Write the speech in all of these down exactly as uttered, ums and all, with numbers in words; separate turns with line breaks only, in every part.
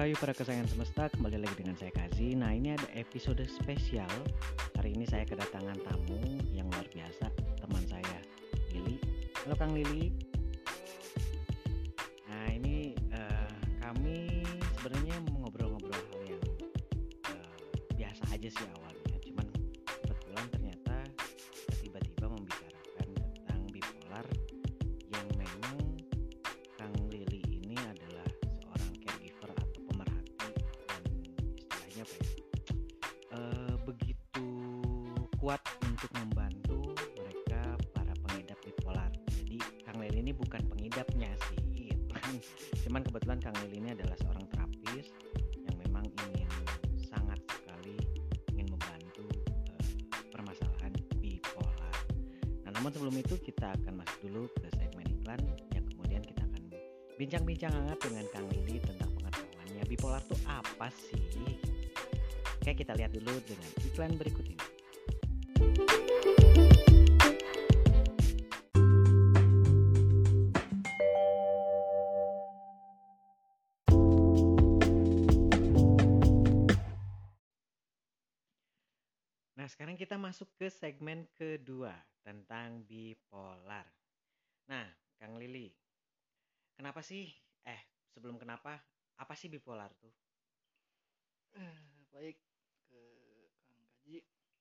Rahayu para kesayangan semesta, kembali lagi dengan saya Kazi. Nah, ini ada episode spesial. Hari ini saya kedatangan tamu yang luar biasa, teman saya, Lili. Halo Kang Lili. Nah, ini eh, kami sebenarnya mau ngobrol-ngobrol hal yang eh, biasa aja sih awalnya. Cuman kebetulan ternyata kita tiba-tiba membicarakan tentang bipolar yang memang Kang Lili ini adalah seorang caregiver atau pemerhati dan istilahnya apa ya, eh, begitu kuat untuk membantu mereka para pengidap bipolar. Jadi Kang Lili ini bukan pengidapnya sih, gitu kan. Cuman kebetulan Kang Lili ini adalah seorang terapis yang memang ingin sangat sekali ingin membantu eh, permasalahan bipolar. Nah, namun sebelum itu kita akan masuk dulu ke segmen iklan yang kemudian kita akan bincang-bincang hangat dengan Kang Lili tentang pengetahuannya bipolar itu apa sih. Oke, kita lihat dulu dengan iklan berikut ini. Nah, sekarang kita masuk ke segmen kedua tentang bipolar. Nah, Kang Lili, kenapa sih, eh sebelum kenapa, apa sih bipolar tuh?
Eh, baik ke Kang Kaji.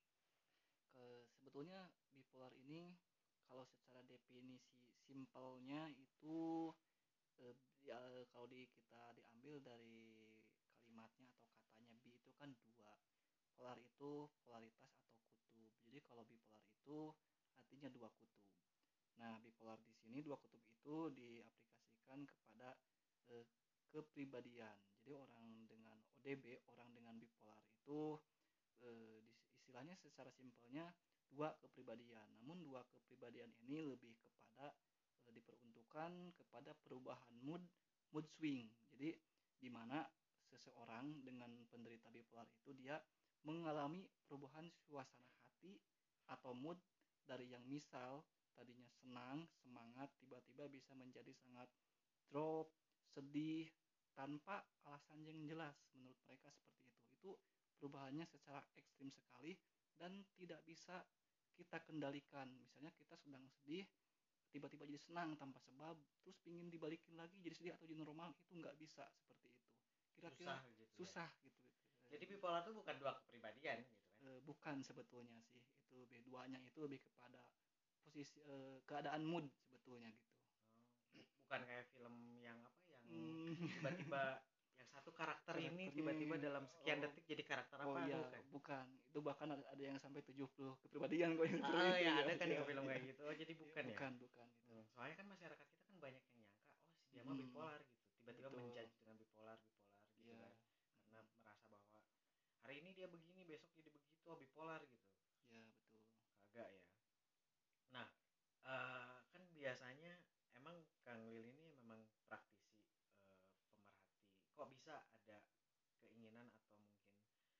Ke sebetulnya bipolar ini kalau secara definisi simpelnya itu eh, ya, kalau di kita diambil dari kalimatnya atau katanya bi itu kan dua. Polar itu polaritas atau kutub. Jadi kalau bipolar itu artinya dua kutub. Nah, bipolar di sini dua kutub itu diaplikasikan kepada eh, kepribadian. Jadi orang dengan O D B, orang dengan bipolar itu eh, istilahnya secara simpelnya dua kepribadian. Namun dua kepribadian ini lebih kepada eh, diperuntukkan kepada perubahan mood, mood swing. Jadi di mana seseorang dengan penderita bipolar itu dia mengalami perubahan suasana hati atau mood dari yang misal tadinya senang, semangat, tiba-tiba bisa menjadi sangat drop, sedih, tanpa alasan yang jelas. Menurut mereka seperti itu. Itu perubahannya secara ekstrim sekali dan tidak bisa kita kendalikan. Misalnya kita sedang sedih, tiba-tiba jadi senang tanpa sebab, terus pingin dibalikin lagi jadi sedih atau jadi normal, itu nggak bisa seperti itu. Kira-kira
Susah gitu ya.
susah gitu.
Jadi bipolar tuh bukan dua kepribadian gitu kan.
E, bukan sebetulnya sih. Itu lebih duanya itu lebih kepada posisi e, keadaan mood sebetulnya gitu.
Oh, bukan kayak film yang apa yang
Hmm.
tiba-tiba yang satu karakter ini
Karakternya
tiba-tiba dalam sekian
oh,
detik jadi karakter
oh
apa,
iya,
bukan?
bukan. Itu bahkan ada, ada yang sampai tujuh puluh kepribadian kok yang
Ah,
seperti
oh,
itu
ya
ya.
ada kan
Iya,
yang film
iya.
kayak gitu. Oh, jadi bukan ya?
Bukan, bukan itu.
Hmm, soalnya kan masyarakat kita kan banyak yang nyangka, oh si dia mah
Hmm,
bipolar gitu. Tiba-tiba
betul.
menjudge dengan bipolar, bipolar gitu
Iya.
kan. Karena merasa bahwa hari ini dia begini, besok jadi begitu, oh bipolar gitu.
Iya, betul.
Kagak ya. Nah, eh, kan biasanya emang Kang Lil ini memang praktisi eh, pemerhati. Kok bisa ada keinginan atau mungkin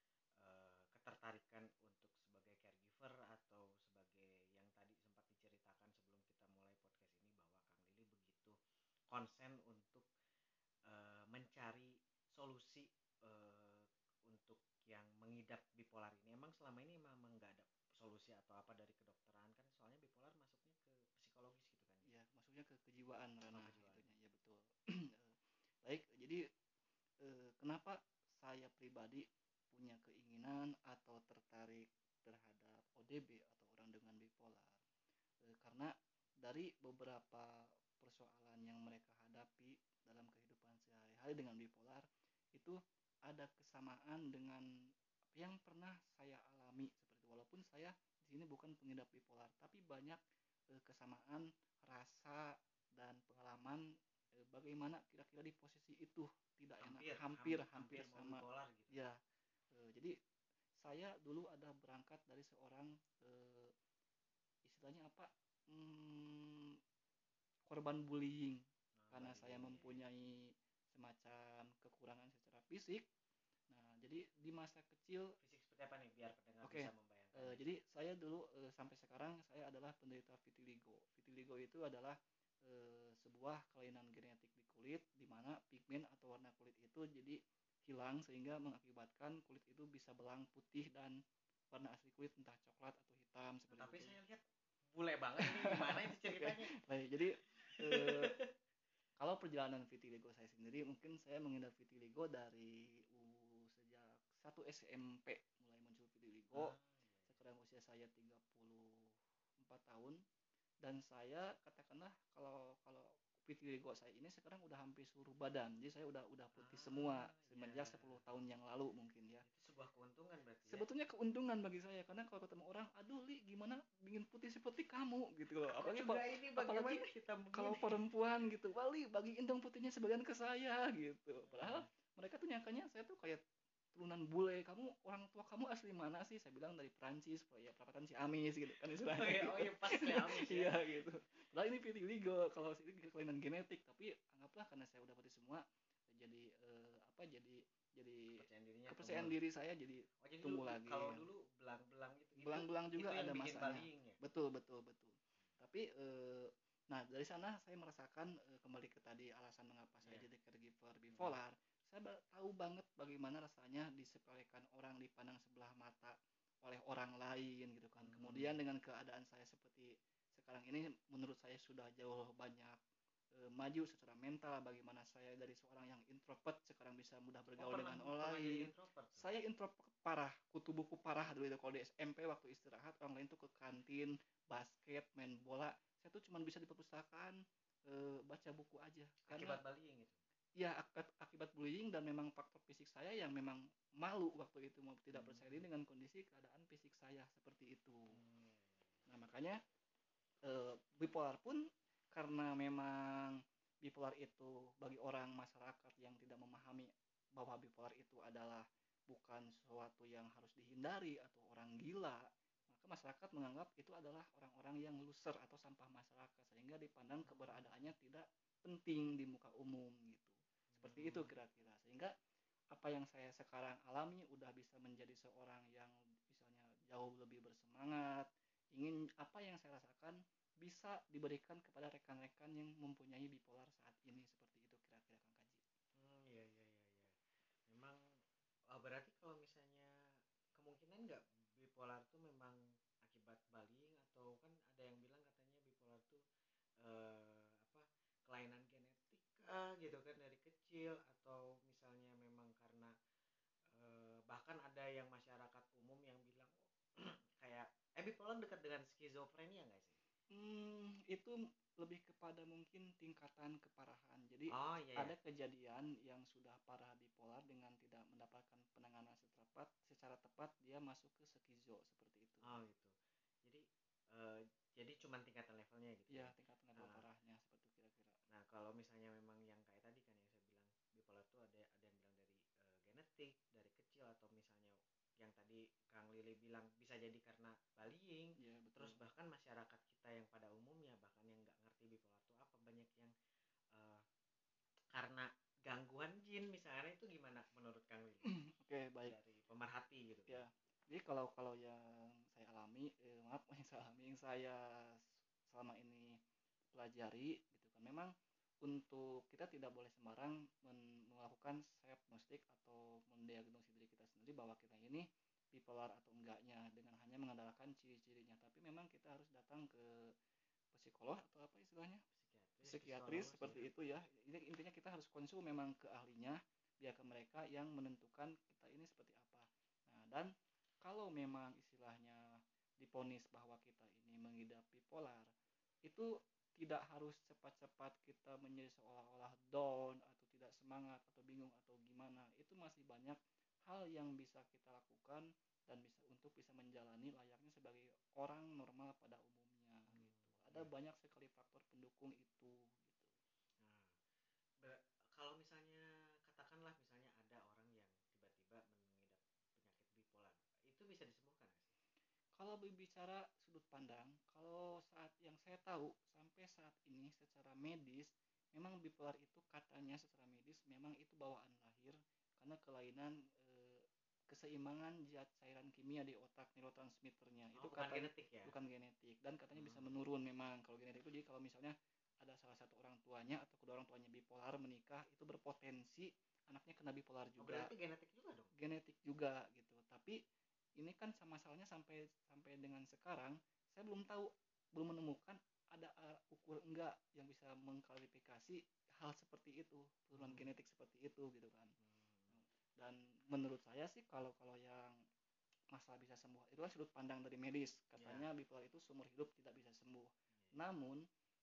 eh, ketertarikan untuk sebagai caregiver atau sebagai yang tadi sempat diceritakan sebelum kita mulai podcast ini bahwa Kang Lili begitu konsen untuk eh, mencari solusi eh, untuk yang mengidap bipolar ini. Emang selama ini memang nggak ada solusi atau apa dari kedokteran kan? Soalnya bipolar masuknya ke psikologis gitu kan?
Iya, maksudnya ke kejiwaan ranah
Oh, kejiwaan.
itunya. Ya, betul. Baik, jadi eh, kenapa saya pribadi punya keinginan atau tertarik terhadap O D B atau orang dengan bipolar? Eh, karena dari beberapa persoalan yang mereka hadapi dalam kehidupan sehari-hari dengan bipolar itu ada kesamaan dengan yang pernah saya alami seperti itu. Walaupun saya di sini bukan pengidap bipolar, tapi banyak eh, kesamaan rasa dan pengalaman eh, bagaimana kira-kira di posisi itu tidak enak,
Hampir,
hampir
hampir,
hampir
mau
sama.
bipolar gitu.
Ya, eh, jadi saya dulu ada berangkat dari seorang eh, istilahnya apa hmm, korban bullying
Nah,
karena saya
baik.
mempunyai semacam kekurangan secara fisik. Nah, jadi di masa kecil,
Fisik seperti apa nih biar pendengar
oke,
bisa
okay,
membayangkan
uh,
gitu.
jadi saya dulu uh, sampai sekarang saya adalah penderita vitiligo. Vitiligo itu adalah uh, sebuah kelainan genetik di kulit di mana pigmen atau warna kulit itu jadi hilang sehingga mengakibatkan kulit itu bisa belang putih dan warna asli kulit entah coklat atau hitam seperti
Tapi
itu.
saya lihat bule banget ini, gimana itu
Oke,
ceritanya?
baik. Jadi eh, kalau perjalanan vitiligo saya sendiri, mungkin saya mengidap vitiligo dari uh, sejak satu S M P mulai muncul vitiligo.
Ah,
Sekarang usia saya tiga puluh empat tahun dan saya katakanlah kalau kalau vitiligo saya ini sekarang udah hampir seluruh badan. Jadi saya udah udah putih semua
ah, ya.
semenjak sepuluh tahun yang lalu mungkin ya.
Itu sebuah keuntungan berarti ya.
Sebetulnya keuntungan bagi saya karena kalau ketemu orang, aduh Li, gimana bikin putih seperti kamu gitu loh.
Aku
Apalagi
juga ini
apalagi
bagaimana hitam
kalau
begini.
perempuan gitu, wali bagiin dong putihnya sebagian ke saya gitu. Padahal
Hmm.
mereka tuh nyangkanya saya tuh kayak turunan bule. Kamu orang tua kamu asli mana sih? Saya bilang dari Perancis, ya perapatan Ciamis gitu kan
Oh
istilahnya
ya, oh
gitu.
ya pas Ciamis ya.
Iya gitu. Padahal ini vitiligo kalau ini kelainan genetik, tapi anggaplah karena saya udah putih semua jadi eh, apa jadi jadi
Kepercayaan dirinya
kepercayaan
tumbuh.
diri saya jadi
Oh jadi dulu
tumbuh
du-
lagi
kalau
ya.
dulu belang-belang gitu gitu
Belang-belang
itu
juga
yang
ada
bikin
masanya.
baling ya.
Betul, betul, betul. Tapi eh, nah dari sana saya merasakan eh, kembali ke tadi alasan mengapa saya
Iya.
jadi caregiver
Mm-mm.
bipolar. Saya ba- tahu banget bagaimana rasanya disepelekan orang, dipandang sebelah mata oleh orang lain gitu kan.
Hmm.
Kemudian dengan keadaan saya seperti sekarang ini menurut saya sudah jauh banyak eh, maju secara mental. Bagaimana saya dari seorang yang introvert sekarang bisa mudah
Oh
bergaul
pernah
dengan orang
pernah jadi
lain.
introvert tuh.
Saya introvert parah, kutu buku parah dulu itu. Kalau di S M P waktu istirahat orang lain tuh ke kantin, basket, main bola. Saya tuh cuma bisa di perpustakaan eh, baca buku aja. Karena
Akibat bullying itu.
ya akibat, akibat bullying dan memang faktor fisik saya yang memang malu waktu itu mau tidak percaya diri
Hmm.
dengan kondisi keadaan fisik saya seperti itu.
Hmm, ya, ya, ya.
Nah makanya eh, bipolar pun karena memang bipolar itu bagi orang masyarakat yang tidak memahami bahwa bipolar itu adalah bukan sesuatu yang harus dihindari atau orang gila, maka masyarakat menganggap itu adalah orang-orang yang loser atau sampah masyarakat sehingga dipandang keberadaannya tidak penting di muka umum gitu. Seperti itu
Hmm.
kira-kira. Sehingga apa yang saya sekarang alami udah bisa menjadi seorang yang misalnya jauh lebih bersemangat, ingin apa yang saya rasakan bisa diberikan kepada rekan-rekan yang mempunyai bipolar saat ini seperti itu kira-kira Kang Kaji.
Hmm, ya, ya, ya, ya. Memang ah, berarti kalau misalnya kemungkinan nggak bipolar tuh memang akibat bullying atau kan ada yang bilang katanya bipolar tuh eh, apa kelainan genetik kah gitu kan dari kecil atau misalnya memang karena eh, bahkan ada yang masyarakat umum yang bilang oh, kayak eh bipolar dekat dengan skizofrenia nggak sih?
Hmm, itu lebih kepada mungkin tingkatan keparahan. Jadi
Oh iya ya.
ada kejadian yang sudah parah bipolar dengan tidak mendapatkan penanganan secara tepat, secara tepat dia masuk ke skizo seperti itu.
Oh gitu. Jadi eh, jadi cuman tingkatan levelnya gitu
Ya,
ya.
tingkatan level
Nah,
parahnya seperti itu kira-kira.
nah, kalau misalnya memang yang kayak tadi kan yang saya bilang bipolar tuh ada ada yang bilang dari eh, genetik dari kecil atau misalnya yang tadi Kang Lili bilang bisa jadi karena bullying.
Ya, betul.
Terus bahkan masyarakat kita yang pada umumnya bahkan yang nggak ngerti bipolar tuh apa banyak yang eh, karena gangguan jin misalnya itu gimana menurut Kang Lili
Oke, baik.
dari pemerhati gitu kan?
Ya, jadi kalau kalau yang saya alami, eh, maaf yang saya alami, yang saya selama ini pelajari gitu kan, memang untuk kita tidak boleh sembarang men- melakukan self diagnostik atau mendiagnosis diri kita sendiri bahwa kita ini bipolar atau enggaknya dengan hanya mengandalkan ciri-cirinya. Tapi memang kita harus datang ke psikolog atau apa istilahnya,
Psikiatris,
psikiatris
psikolog
seperti
ya.
itu ya. Ini intinya kita harus konsul memang ke ahlinya, biar ke mereka yang menentukan kita ini seperti apa. Nah, dan kalau memang istilahnya diponis bahwa kita ini mengidap bipolar, itu tidak harus cepat-cepat kita menjadi seolah-olah down atau tidak semangat atau bingung atau gimana. Itu masih banyak hal yang bisa kita lakukan dan bisa untuk bisa menjalani layaknya sebagai orang normal pada umumnya
Hmm,
gitu. Ada
iya.
banyak sekali faktor pendukung itu gitu.
Nah, ber- kalau misalnya katakanlah misalnya ada orang yang tiba-tiba mengidap penyakit bipolar, itu bisa disembuhkan nggak sih?
Kalau berbicara sudut pandang, kalau saat yang saya tahu sampai saat ini secara medis memang bipolar itu katanya secara medis memang itu bawaan lahir karena kelainan eh, keseimbangan zat cairan kimia di otak neurotransmitternya
Oh,
itu
bukan
katanya
genetik ya?
bukan genetik dan katanya bisa
Hmm.
menurun memang kalau genetik itu. Jadi kalau misalnya ada salah satu orang tuanya atau kedua orang tuanya bipolar menikah, itu berpotensi anaknya kena bipolar
Oh,
juga.
berarti genetik juga dong.
Genetik juga gitu. Tapi ini kan masalahnya sampai sampai dengan sekarang saya belum tahu, belum menemukan ada uh, ukur enggak yang bisa mengklarifikasi hal seperti itu, turunan
Hmm.
genetik seperti itu gitu kan.
Hmm.
Dan menurut saya sih kalau kalau yang masalah bisa sembuh itu kan sudut pandang dari medis, katanya
Ya.
bipolar itu seumur hidup tidak bisa sembuh. Namun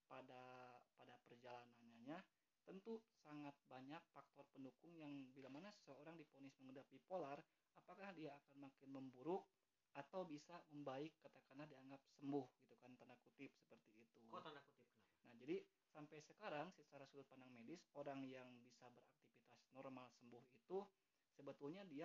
pada pada perjalanannya tentu sangat banyak faktor pendukung yang bila mana seseorang diponis mengidap bipolar, apakah dia akan makin memburuk atau bisa membaik, katakanlah dianggap sembuh gitu kan, tanda kutip seperti itu.
Kok tanda kutip kenapa?
Nah, jadi sampai sekarang secara sudut pandang medis, orang yang bisa beraktivitas normal sembuh itu sebetulnya dia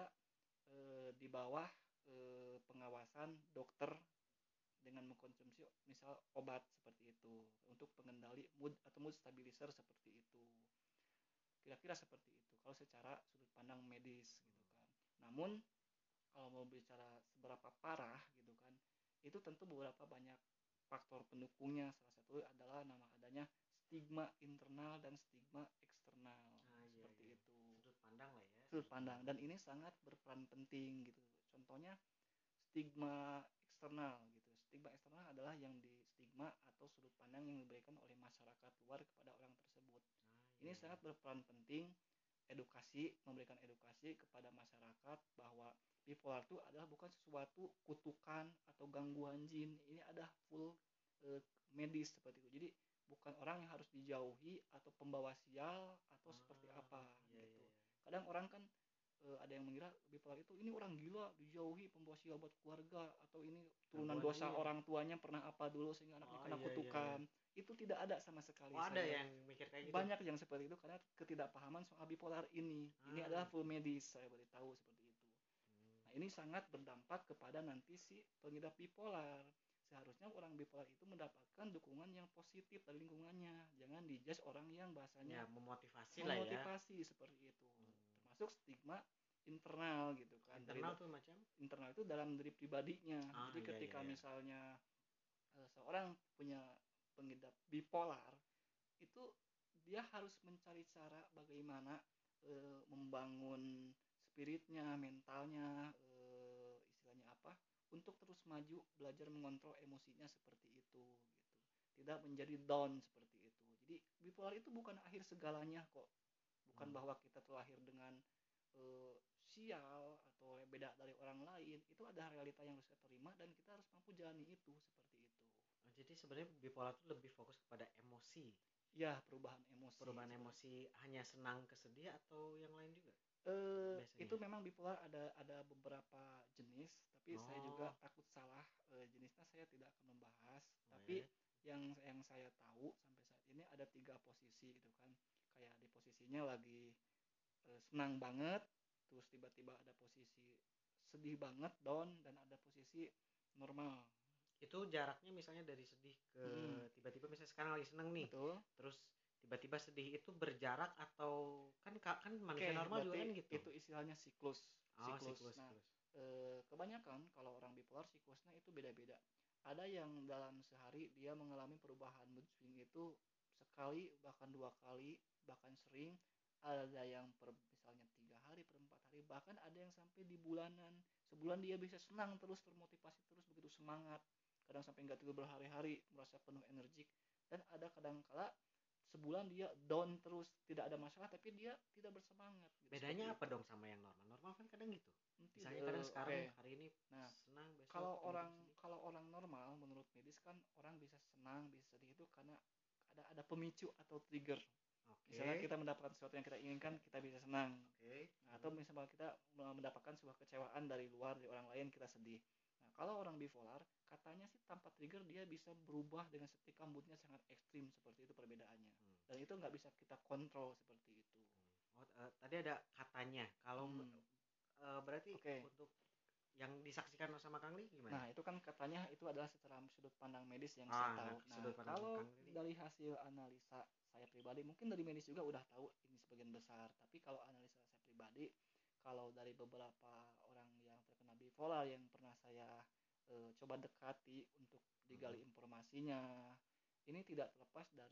e, di bawah e, pengawasan dokter dengan mengkonsumsi misal obat seperti itu untuk pengendali mood atau mood stabilizer seperti itu. Kira-kira seperti itu kalau secara sudut pandang medis gitu kan. Namun kalau mau bicara seberapa parah gitu kan, itu tentu beberapa banyak faktor pendukungnya. Salah satu adalah nama adanya stigma internal dan stigma eksternal.
Ah, iya,
seperti
iya.
itu.
Sudut pandang lah ya.
Sudut pandang, dan ini sangat berperan penting gitu. Contohnya stigma eksternal gitu. Stigma eksternal adalah yang di stigma atau sudut pandang yang diberikan oleh masyarakat luar kepada orang tersebut.
Ah,
Ini
iya,
sangat
iya.
berperan penting, edukasi, memberikan edukasi kepada masyarakat bahwa bipolar itu adalah bukan sesuatu kutukan atau gangguan jin. Ini ada full e, medis seperti itu. Jadi bukan orang yang harus dijauhi atau pembawa sial atau
Ah,
seperti apa
iya,
gitu.
iya, iya.
Kadang orang kan e, ada yang mengira bipolar itu ini orang gila, dijauhi, pembawa sial buat keluarga, atau ini turunan
Gangguan
dosa
ini ya.
orang tuanya pernah apa dulu sehingga anaknya
Oh,
kena
iya, iya,
kutukan.
iya.
Itu tidak ada sama sekali.
Oh, ada
Saya
yang mikir kayak gitu.
banyak yang seperti itu karena ketidakpahaman soal bipolar ini. Ini
Ah,
adalah full
gitu.
medis, saya beritahu seperti itu.
Hmm.
Nah, ini sangat berdampak kepada nanti si pengidap bipolar. Seharusnya orang bipolar itu mendapatkan dukungan yang positif dari lingkungannya. Jangan dijudge orang yang bahasanya
Ya, memotivasi lah ya.
memotivasi seperti itu.
Hmm.
Termasuk stigma internal gitu kan.
Internal
Dari
tuh macam?
internal itu dalam diri pribadinya.
Ah,
Jadi
iya,
ketika
iya, iya.
misalnya eh, seorang punya pengidap bipolar, itu dia harus mencari cara bagaimana e, membangun spiritnya, mentalnya, e, istilahnya apa, untuk terus maju, belajar mengontrol emosinya seperti itu gitu. Tidak menjadi down seperti itu. Jadi bipolar itu bukan akhir segalanya kok. Bukan
Hmm.
bahwa kita terlahir dengan e, sial atau beda dari orang lain. Itu ada realita yang harus kita terima dan kita harus mampu jalani itu seperti itu.
Oh, jadi sebenarnya bipolar itu lebih fokus kepada emosi.
Ya, perubahan emosi.
Perubahan
seperti
emosi hanya senang ke sedih atau yang lain juga?
Eh,
Biasanya.
itu memang bipolar ada ada beberapa jenis, tapi
Oh.
saya juga takut salah e, jenisnya, saya tidak akan membahas.
Oh,
tapi
ya.
yang yang saya tahu sampai saat ini ada tiga posisi gitu kan, kayak di posisinya lagi e, senang banget, terus tiba-tiba ada posisi sedih banget, down, dan ada posisi normal.
Itu jaraknya misalnya dari sedih ke
Hmm,
tiba-tiba misalnya sekarang lagi seneng nih.
betul.
Terus tiba-tiba sedih itu berjarak atau kan kan manusia
Oke,
normal juga
berarti
kan gitu.
itu istilahnya siklus.
Oh,
Siklus.
siklus,
Nah,
siklus.
eh, kebanyakan kalau orang bipolar siklusnya itu beda-beda. Ada yang dalam sehari dia mengalami perubahan mood swing itu sekali, bahkan dua kali, bahkan sering. Ada yang per misalnya tiga hari, per empat hari, bahkan ada yang sampai di bulanan. Sebulan dia bisa senang terus, termotivasi terus, begitu semangat. Kadang sampai nggak tidur berhari-hari, merasa penuh energik. Dan ada kadang kala sebulan dia down terus, tidak ada masalah, tapi dia tidak bersemangat gitu.
Bedanya apa
itu.
dong sama yang normal? Normal kan kadang gitu. Misalnya
uh,
kadang
oke
sekarang
okay.
hari ini
Nah,
senang, besok
kalau orang
sedih.
kalau orang normal menurut medis kan orang bisa senang, bisa sedih itu karena ada ada pemicu atau trigger.
Okay.
Misalnya kita mendapatkan sesuatu yang kita inginkan, kita bisa senang.
Okay.
Nah, atau misalnya kita mendapatkan sebuah kecewaan dari luar, dari orang lain, kita sedih. Nah, kalau orang bipolar, katanya sih tanpa trigger dia bisa berubah dengan seketika, moodnya sangat ekstrim, seperti itu perbedaannya. Hmm. Dan itu nggak bisa kita kontrol seperti itu.
Hmm. Oh, uh, tadi ada katanya. Kalau hmm. uh, berarti
okay.
untuk yang disaksikan sama Kang Li gimana?
Nah, itu kan katanya itu adalah secara sudut pandang medis yang
ah,
saya tahu.
Nah,
nah kalau dari hasil analisa saya pribadi, mungkin dari medis juga udah tahu ini sebagian besar, tapi kalau analisa saya pribadi, kalau dari beberapa orang yang terkena bipolar yang pernah saya e, coba dekati untuk digali hmm. informasinya, ini tidak terlepas dari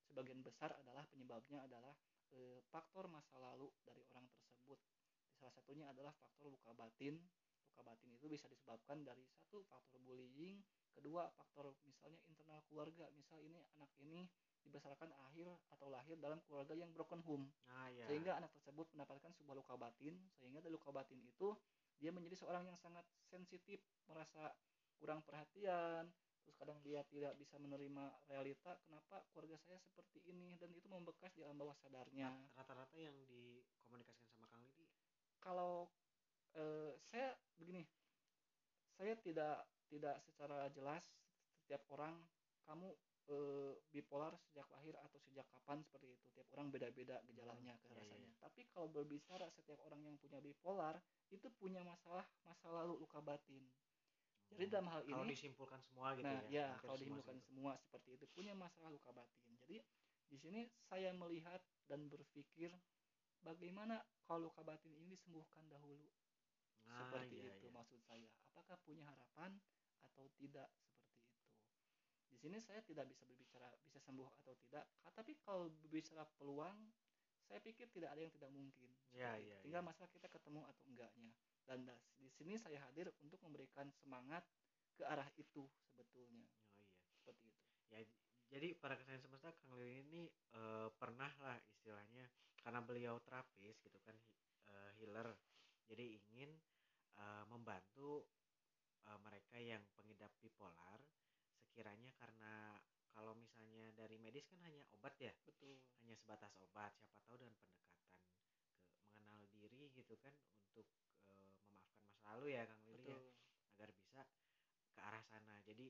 sebagian besar adalah penyebabnya adalah e, faktor masa lalu dari orang tersebut. Salah satunya adalah faktor luka batin. Luka batin itu bisa disebabkan dari satu faktor bullying, kedua faktor misalnya internal keluarga. Misal ini anak ini dibesarkan akhir atau lahir dalam keluarga yang broken home,
Ah ya.
sehingga anak tersebut mendapatkan sebuah luka batin, sehingga dari luka batin itu dia menjadi seorang yang sangat sensitif, merasa kurang perhatian, terus kadang dia tidak bisa menerima realita, kenapa keluarga saya seperti ini, dan itu membekas di alam bawah sadarnya.
Rata-rata yang dikomunikasikan sama Kang Lidi,
Kalau eh, saya begini, saya tidak tidak secara jelas setiap orang kamu e, bipolar sejak lahir atau sejak kapan seperti itu. Tiap orang beda-beda gejalanya,
hmm,
kekerasannya.
ya, ya.
Tapi kalau berbicara setiap orang yang punya bipolar itu punya masalah masa lalu luka batin. Jadi
Oh,
dalam hal ini,
kalau disimpulkan semua gitu
nah
ya,
ya kalau
semua
disimpulkan semua seperti itu punya masalah luka batin. Jadi di sini saya melihat dan berpikir bagaimana kalau luka batin ini disembuhkan dahulu. Ah, seperti iya, itu iya. Maksud saya, apakah punya harapan atau tidak seperti itu. Di sini saya tidak bisa berbicara bisa sembuh atau tidak, tapi kalau berbicara peluang, saya pikir tidak ada yang tidak mungkin. Ya, ya, tinggal ya. Masalah kita ketemu atau enggaknya. Dan di sini saya hadir untuk memberikan semangat ke arah itu sebetulnya.
Oh iya.
Seperti itu.
Ya, jadi para kesayangan semesta Kang Lili ini uh, pernah lah istilahnya karena beliau terapis gitu kan uh, healer. Jadi ingin uh, membantu uh, mereka yang pengidap bipolar sekiranya karena kalau misalnya dari medis kan hanya obat ya.
Betul.
Hanya sebatas obat, siapa tahu dengan pendekatan ke mengenal diri gitu kan untuk uh, memaafkan masa lalu ya Kang Lili ya agar bisa ke arah sana. Jadi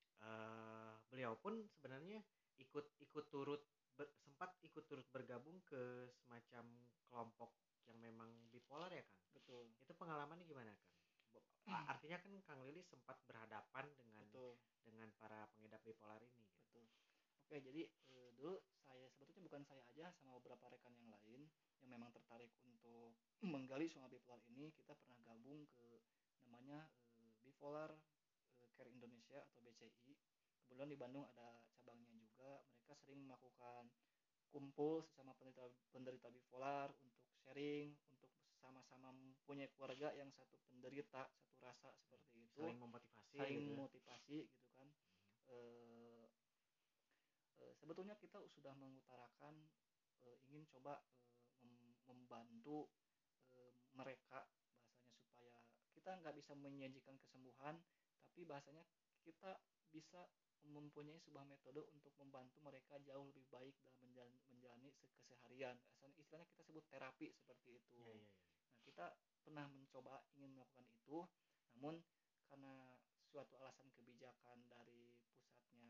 uh, beliau pun sebenarnya ikut ikut turut ber, sempat ikut turut bergabung ke semacam kelompok yang memang bipolar ya Kang.
Betul.
Itu pengalamannya gimana Kang? Artinya kan Kang Lili sempat berhadapan dengan Betul. dengan para pengidap bipolar ini.
Betul. Oke, jadi e, dulu saya sebetulnya bukan saya aja sama beberapa rekan yang lain yang memang tertarik untuk menggali soal bipolar ini. Kita pernah gabung ke namanya e, Bipolar e, Care Indonesia atau B C I. Kemudian di Bandung ada cabangnya juga. Mereka sering melakukan kumpul sesama penderita, penderita bipolar untuk sharing, untuk sama-sama mempunyai keluarga yang satu penderita, satu rasa seperti itu.
Saling memotivasi.
Saling
gitu.
motivasi gitu kan. Hmm. E, sebetulnya kita sudah mengutarakan e, ingin coba e, mem- membantu e, mereka bahasanya supaya kita nggak bisa menyajikan kesembuhan, tapi bahasanya kita bisa mempunyai sebuah metode untuk membantu mereka jauh lebih baik dalam menjalani, menjalani keseharian. Istilahnya kita sebut terapi seperti itu. Ya, ya, ya. Nah, kita pernah mencoba ingin melakukan itu, namun karena suatu alasan kebijakan dari pusatnya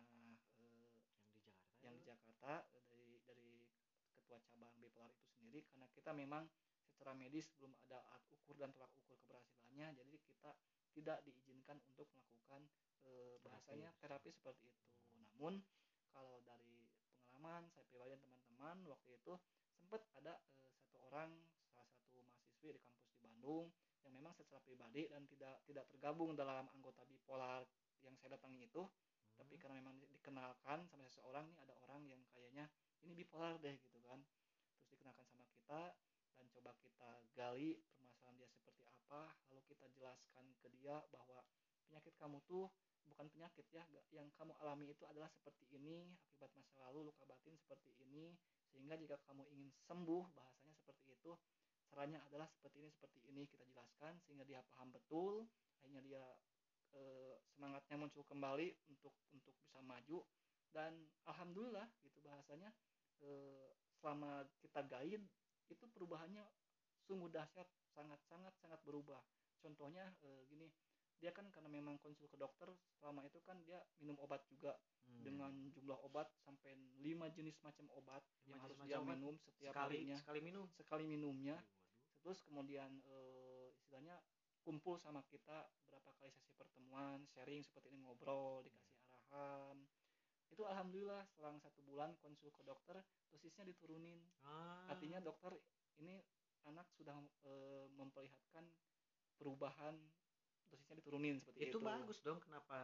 eh,
yang di Jakarta
yang di Jakarta dari dari ketua cabang bipolar itu sendiri, karena kita memang secara medis belum ada alat ukur dan tolak ukur keberhasilannya, jadi kita tidak diizinkan untuk melakukan e, bahasanya terapi, terapi seperti itu. Hmm. Namun kalau dari pengalaman saya pribadi dan teman-teman waktu itu sempat ada e, satu orang, salah satu mahasiswi di kampus di Bandung yang memang secara pribadi dan tidak tidak tergabung dalam anggota bipolar yang saya datangi itu, hmm. tapi karena memang dikenalkan sama seseorang nih, ada orang yang kayaknya ini bipolar deh gitu kan, terus dikenalkan sama kita dan coba kita gali permasalahan dia seperti apa, lalu kita jelaskan ke dia bahwa penyakit kamu tuh bukan penyakit ya, yang kamu alami itu adalah seperti ini akibat masa lalu luka batin seperti ini, sehingga jika kamu ingin sembuh bahasanya seperti itu, caranya adalah seperti ini seperti ini kita jelaskan sehingga dia paham betul, akhirnya dia e, semangatnya muncul kembali untuk untuk bisa maju, dan alhamdulillah gitu bahasanya e, selama kita guide itu perubahannya sungguh dahsyat, sangat sangat sangat berubah. Contohnya e, gini, dia kan karena memang konsul ke dokter selama itu kan dia minum obat juga, hmm. dengan jumlah obat sampai lima jenis macam obat yang harus dia minum setiap
sekali,
harinya
sekali minum
sekali minumnya. Terus kemudian e, istilahnya kumpul sama kita berapa kali sesi pertemuan, sharing seperti ini, ngobrol, dikasih arahan. Itu alhamdulillah selang satu bulan konsul ke dokter, dosisnya diturunin. Ah. Artinya dokter ini anak sudah e, memperlihatkan perubahan, dosisnya diturunin seperti itu.
Itu bagus dong, kenapa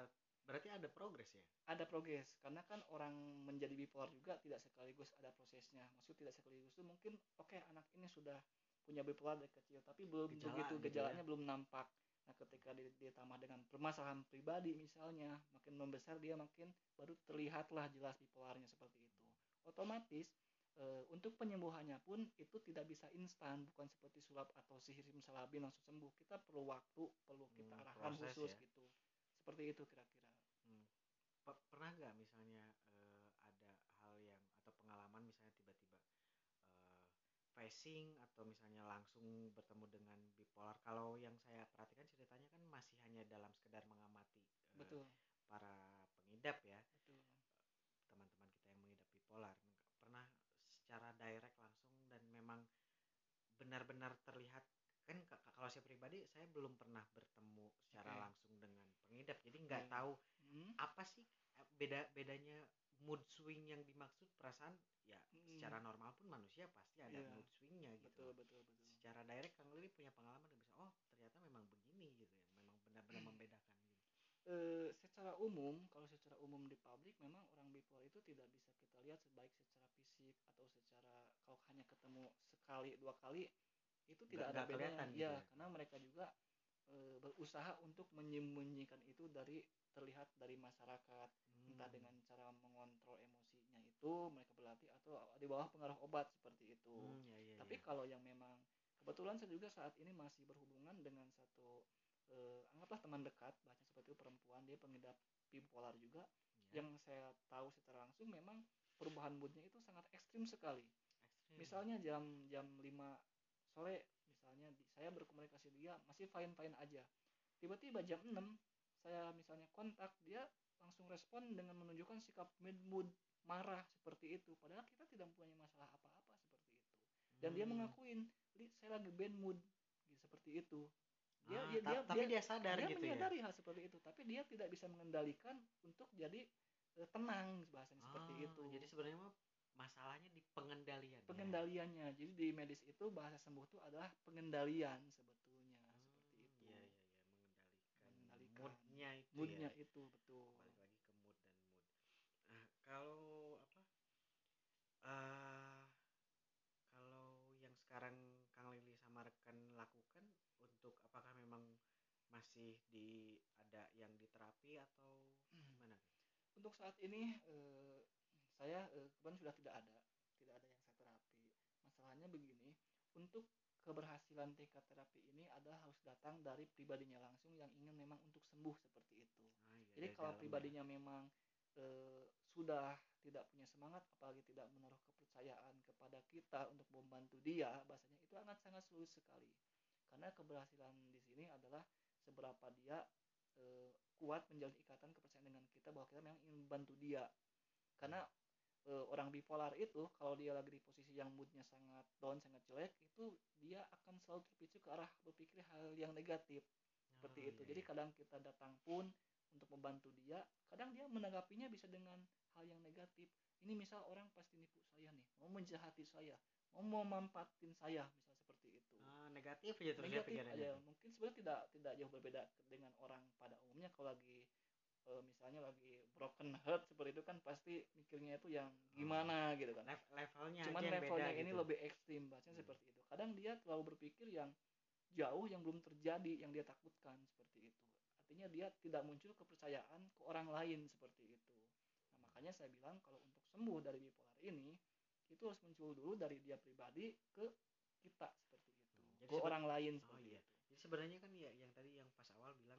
berarti ada progres ya?
Ada progres, karena kan orang menjadi bipolar juga tidak sekaligus ada prosesnya. Maksud tidak sekaligus itu mungkin oke okay, anak ini sudah punya bipolar dari kecil tapi belum
Gejala
begitu
gitu
gejalanya
ya?
belum nampak. Nah ketika ditambah dengan permasalahan pribadi misalnya makin membesar dia makin baru terlihatlah jelas bipolarnya seperti itu. Otomatis e, untuk penyembuhannya pun itu tidak bisa instan, bukan seperti sulap atau sihir simsalabim langsung sembuh. Kita perlu waktu, perlu kita
Hmm,
arahkan
proses
khusus
ya.
gitu. Seperti itu kira-kira.
Hmm. Pernah nggak misalnya uh, ada hal yang atau pengalaman misalnya tiba-tiba uh, facing atau misalnya langsung bertemu dengan bipolar? Kalau yang saya perhatikan ceritanya kan masih hanya dalam sekedar mengamati uh,
Betul.
para pengidap ya.
Betul.
Teman-teman kita yang mengidap bipolar pernah secara direct langsung dan memang benar-benar terlihat kan kalau saya pribadi saya belum pernah bertemu secara
Okay.
langsung dengan pengidap jadi nggak
Yeah.
tahu
hmm.
apa sih beda bedanya mood swing yang dimaksud. Perasaan ya
hmm.
secara normal pun manusia pasti ada
Yeah.
mood swingnya gitu.
Betul, betul, betul.
Secara direct Kang Lili punya pengalaman dan bisa oh ternyata memang begini gitu ya, memang benar-benar membedakan gitu.
E, secara umum, kalau secara umum di publik memang orang bipolar itu tidak bisa kita lihat sebaik secara fisik atau secara kalau hanya ketemu sekali dua kali itu tidak
Nggak,
ada bedanya
gitu
ya,
ya
karena mereka juga e, berusaha untuk menyembunyikan itu dari terlihat dari masyarakat, hmm. entah dengan cara mengontrol emosinya itu mereka berlatih atau di bawah pengaruh obat seperti itu.
Hmm, ya, ya,
Tapi
ya.
kalau yang memang kebetulan saya juga saat ini masih berhubungan dengan satu eh, anggaplah teman dekat, bahasa seperti itu, perempuan, dia pengidap bipolar juga, ya. Yang saya tahu secara langsung memang perubahan moodnya itu sangat ekstrim sekali. Ekstrim. Misalnya jam jam lima sore misalnya saya berkomunikasi dia masih fine fine aja, tiba-tiba jam enam saya misalnya kontak dia langsung respon dengan menunjukkan sikap mood marah seperti itu, padahal kita tidak punya masalah apa-apa seperti itu. Dan hmm. dia mengakuin, saya lagi bad mood gitu, seperti itu. Dia,
ah,
dia,
ta-
dia,
tapi
dia
dia sadar
dia
gitu
menyadari
ya?
hal seperti itu, tapi dia tidak bisa mengendalikan untuk jadi eh, tenang bahasanya ah, seperti itu.
Jadi sebenarnya masalahnya di pengendalian.
Pengendaliannya. Jadi di medis itu bahasa sembuh itu adalah pengendalian sebetulnya hmm, seperti itu.
Iya iya iya, mengendalikan,
mengendalikan
moodnya itu
moodnya
ya.
itu betul.
Balik lagi ke mood dan mood. Nah, kalau apa? Uh, kalau yang sekarang Kang Lili sama rekan lakukan untuk apakah memang masih di ada yang diterapi atau gimana?
Untuk saat ini eh, saya eh, kebetulan sudah tidak ada, tidak ada yang saya terapi. Masalahnya begini, untuk keberhasilan tingkat terapi ini adalah harus datang dari pribadinya langsung yang ingin memang untuk sembuh seperti itu. Ah, iya, jadi kalau pribadinya ya. memang eh, sudah tidak punya semangat, apalagi tidak menaruh kepercayaan kepada kita untuk membantu dia, bahasanya itu sangat sangat sulit sekali. Karena keberhasilan di sini adalah seberapa dia eh, kuat menjalin ikatan kepercayaan dengan kita bahwa kita memang ingin membantu dia. Karena e, orang bipolar itu kalau dia lagi di posisi yang moodnya sangat down, sangat jelek, itu dia akan selalu terpicu ke arah berpikir hal yang negatif. Seperti oh, itu. Iya, jadi iya. Kadang kita datang pun untuk membantu dia, kadang dia menanggapinya bisa dengan hal yang negatif. Ini misal orang pasti nipu saya nih, mau menjahati saya, mau memanfaatin saya, misal seperti itu.
Ah, negatif aja terus
negatif
ya
aja. Mungkin sebenarnya tidak tidak jauh berbeda dengan orang pada umumnya. Kalau lagi e, misalnya lagi broken heart seperti itu kan pasti mikirnya itu yang gimana oh, gitu kan.
Le- levelnya
cuman
aja yang
levelnya
beda
ini
gitu.
lebih ekstrim bahasanya hmm. seperti itu. Kadang dia terlalu berpikir yang jauh yang belum terjadi, yang dia takutkan seperti itu. Artinya dia tidak muncul kepercayaan ke orang lain seperti itu. Nah, makanya saya bilang kalau untuk sembuh dari bipolar ini itu harus muncul dulu dari dia pribadi ke kita seperti itu. Hmm. Jadi ke seben- orang lain
oh,
seperti
iya.
itu.
Jadi sebenarnya kan ya yang tadi yang pas awal bilang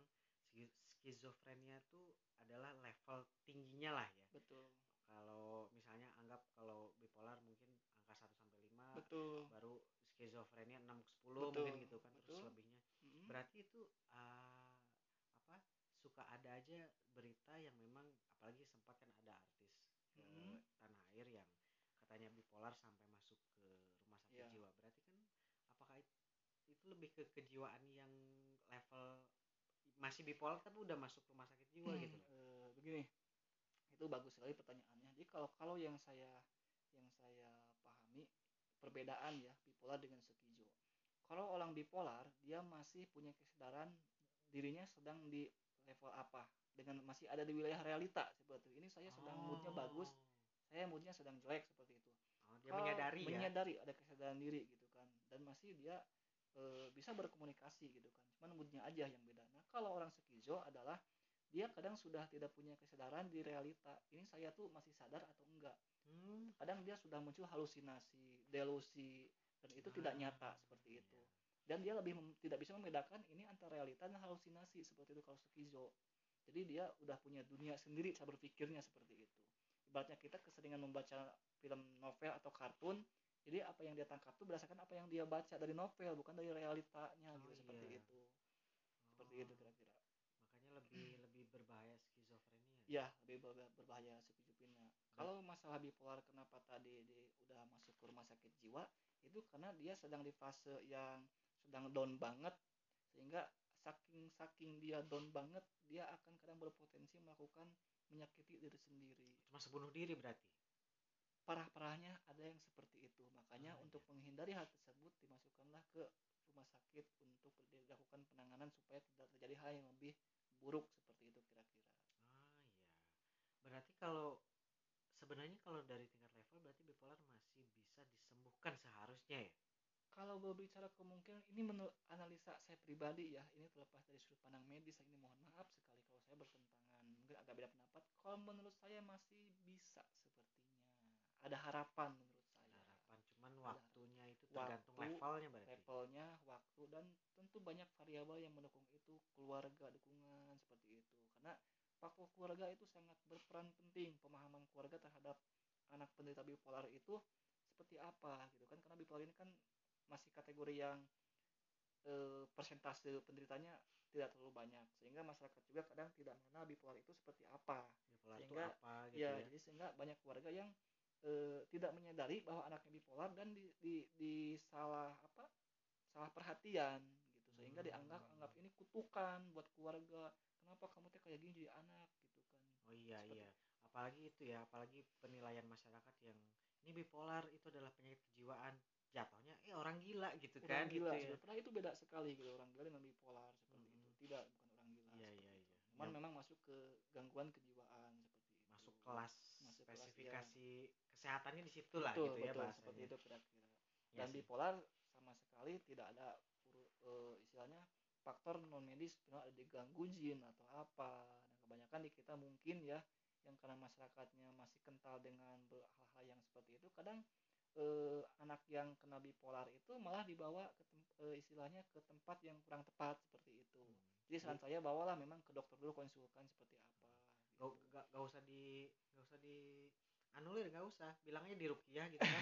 skizofrenia tuh adalah level tingginya lah ya.
Betul.
Kalau misalnya anggap kalau bipolar mungkin angka satu sampai lima,
betul.
Baru skizofrenia enam ke sepuluh mungkin gitu kan, betul. Terus lebihnya. Mm-hmm. Berarti itu uh, apa? Suka ada aja berita yang memang apalagi sempat kan ada artis ke mm-hmm. tanah air yang katanya bipolar sampai masuk ke rumah sakit yeah. jiwa. Berarti kan apakah itu lebih ke kejiwaan yang level masih bipolar tapi udah masuk rumah sakit jiwa hmm, gitu.
Uh, begini, itu bagus sekali pertanyaannya. Jadi kalau kalau yang saya yang saya pahami perbedaan ya bipolar dengan skizo. Kalau orang bipolar dia masih punya kesadaran dirinya sedang di level apa, dengan masih ada di wilayah realita seperti itu. Ini saya sedang moodnya bagus,
Oh.
saya moodnya sedang jelek seperti itu.
Oh, dia
Kalau
menyadari ya.
menyadari ada kesadaran diri gitu kan, dan masih dia e, bisa berkomunikasi gitu kan, cuman moodnya aja yang beda. Nah kalau orang skizo adalah dia kadang sudah tidak punya kesadaran di realita, ini saya tuh masih sadar atau enggak.
Hmm.
Kadang dia sudah muncul halusinasi, delusi, dan itu tidak nyata
Ah,
seperti itu.
iya.
Dan dia lebih mem- tidak bisa membedakan ini antara realita dan halusinasi seperti itu kalau skizo. Jadi dia udah punya dunia sendiri cara berpikirnya seperti itu. Ibaratnya kita keseringan membaca film novel atau kartun, jadi apa yang dia tangkap tuh berdasarkan apa yang dia baca dari novel, bukan dari realitanya
Oh
gitu,
iya.
seperti itu. Seperti itu
Oh,
kira-kira.
makanya lebih lebih berbahaya skizofrenia.
Ya, lebih ber- berbahaya skizofrenia.
Dan-
Kalau masalah bipolar kenapa tadi di, udah masuk ke rumah sakit jiwa, itu karena dia sedang di fase yang sedang down banget, sehingga saking saking dia down banget, dia akan kadang berpotensi melakukan menyakiti diri sendiri.
Cuma bunuh diri berarti.
Parah-parahnya ada yang seperti itu. Makanya
Ah,
untuk
iya.
menghindari hal tersebut dimasukkanlah ke rumah sakit untuk dilakukan penanganan supaya tidak terjadi hal yang lebih buruk seperti itu kira-kira.
Ah iya. Berarti kalau sebenarnya kalau dari tingkat level berarti bipolar masih bisa disembuhkan seharusnya ya.
Kalau berbicara kemungkinan, ini menurut analisa saya pribadi ya, ini terlepas dari sudut pandang medis, ini mohon maaf sekali kalau saya bertentangan, mungkin agak beda pendapat. Kalau menurut saya masih bisa sepertinya. Ada harapan menurut saya.
Ada harapan, cuman
Ada
waktunya itu tergantung
waktu,
levelnya berarti.
levelnya, waktu, dan tentu banyak variabel yang mendukung itu, keluarga, dukungan seperti itu. Karena faktor keluarga itu sangat berperan penting, pemahaman keluarga terhadap anak penderita bipolar itu seperti apa gitu kan, karena bipolar ini kan masih kategori yang e, persentase penderitanya tidak terlalu banyak, sehingga masyarakat juga kadang tidak mengenal bipolar itu seperti apa.
Bipolar itu
Sehingga
apa gitu
ya,
ya.
jadi sehingga banyak keluarga yang e, tidak menyadari bahwa anaknya bipolar dan di, di, di salah apa salah perhatian gitu, sehingga
Hmm.
dianggap anggap ini kutukan buat keluarga, kenapa kamu teh kayak gini jadi anak gitu kan.
Oh iya
Seperti
iya. Apalagi itu ya, apalagi penilaian masyarakat yang ini bipolar itu adalah penyakit kejiwaan. Jatuhnya eh orang gila gitu
orang
kan
gila
gitu ya.
sebenarnya, padahal itu beda sekali gitu, orang gila dengan bipolar seperti
Mm-mm.
itu tidak, bukan orang gila
Iya
seperti
iya
itu.
iya.
Cuman
Ya,
memang masuk ke gangguan kejiwaan seperti itu.
masuk kelas
Masuk kelas, ya.
spesifikasi kesehatannya di situ lah
Betul
gitu ya
betul seperti
bahasanya.
itu kira-kira.
Ya
Dan
sih.
bipolar sama sekali tidak ada uru- eh, istilahnya faktor non medis, ada diganggu jin atau apa. Nah kebanyakan di kita mungkin ya, yang karena masyarakatnya masih kental dengan ber- hal-hal yang seperti itu, kadang eh, anak yang kena bipolar itu malah dibawa ke tem- eh, istilahnya ke tempat yang kurang tepat seperti itu.
Hmm.
Jadi saran
Di-
saya bawalah memang ke dokter dulu, konsulkan seperti apa
Gak,
gitu.
gak, gak usah di gak usah di anulir, gak usah bilangnya di rukiah gitu kan.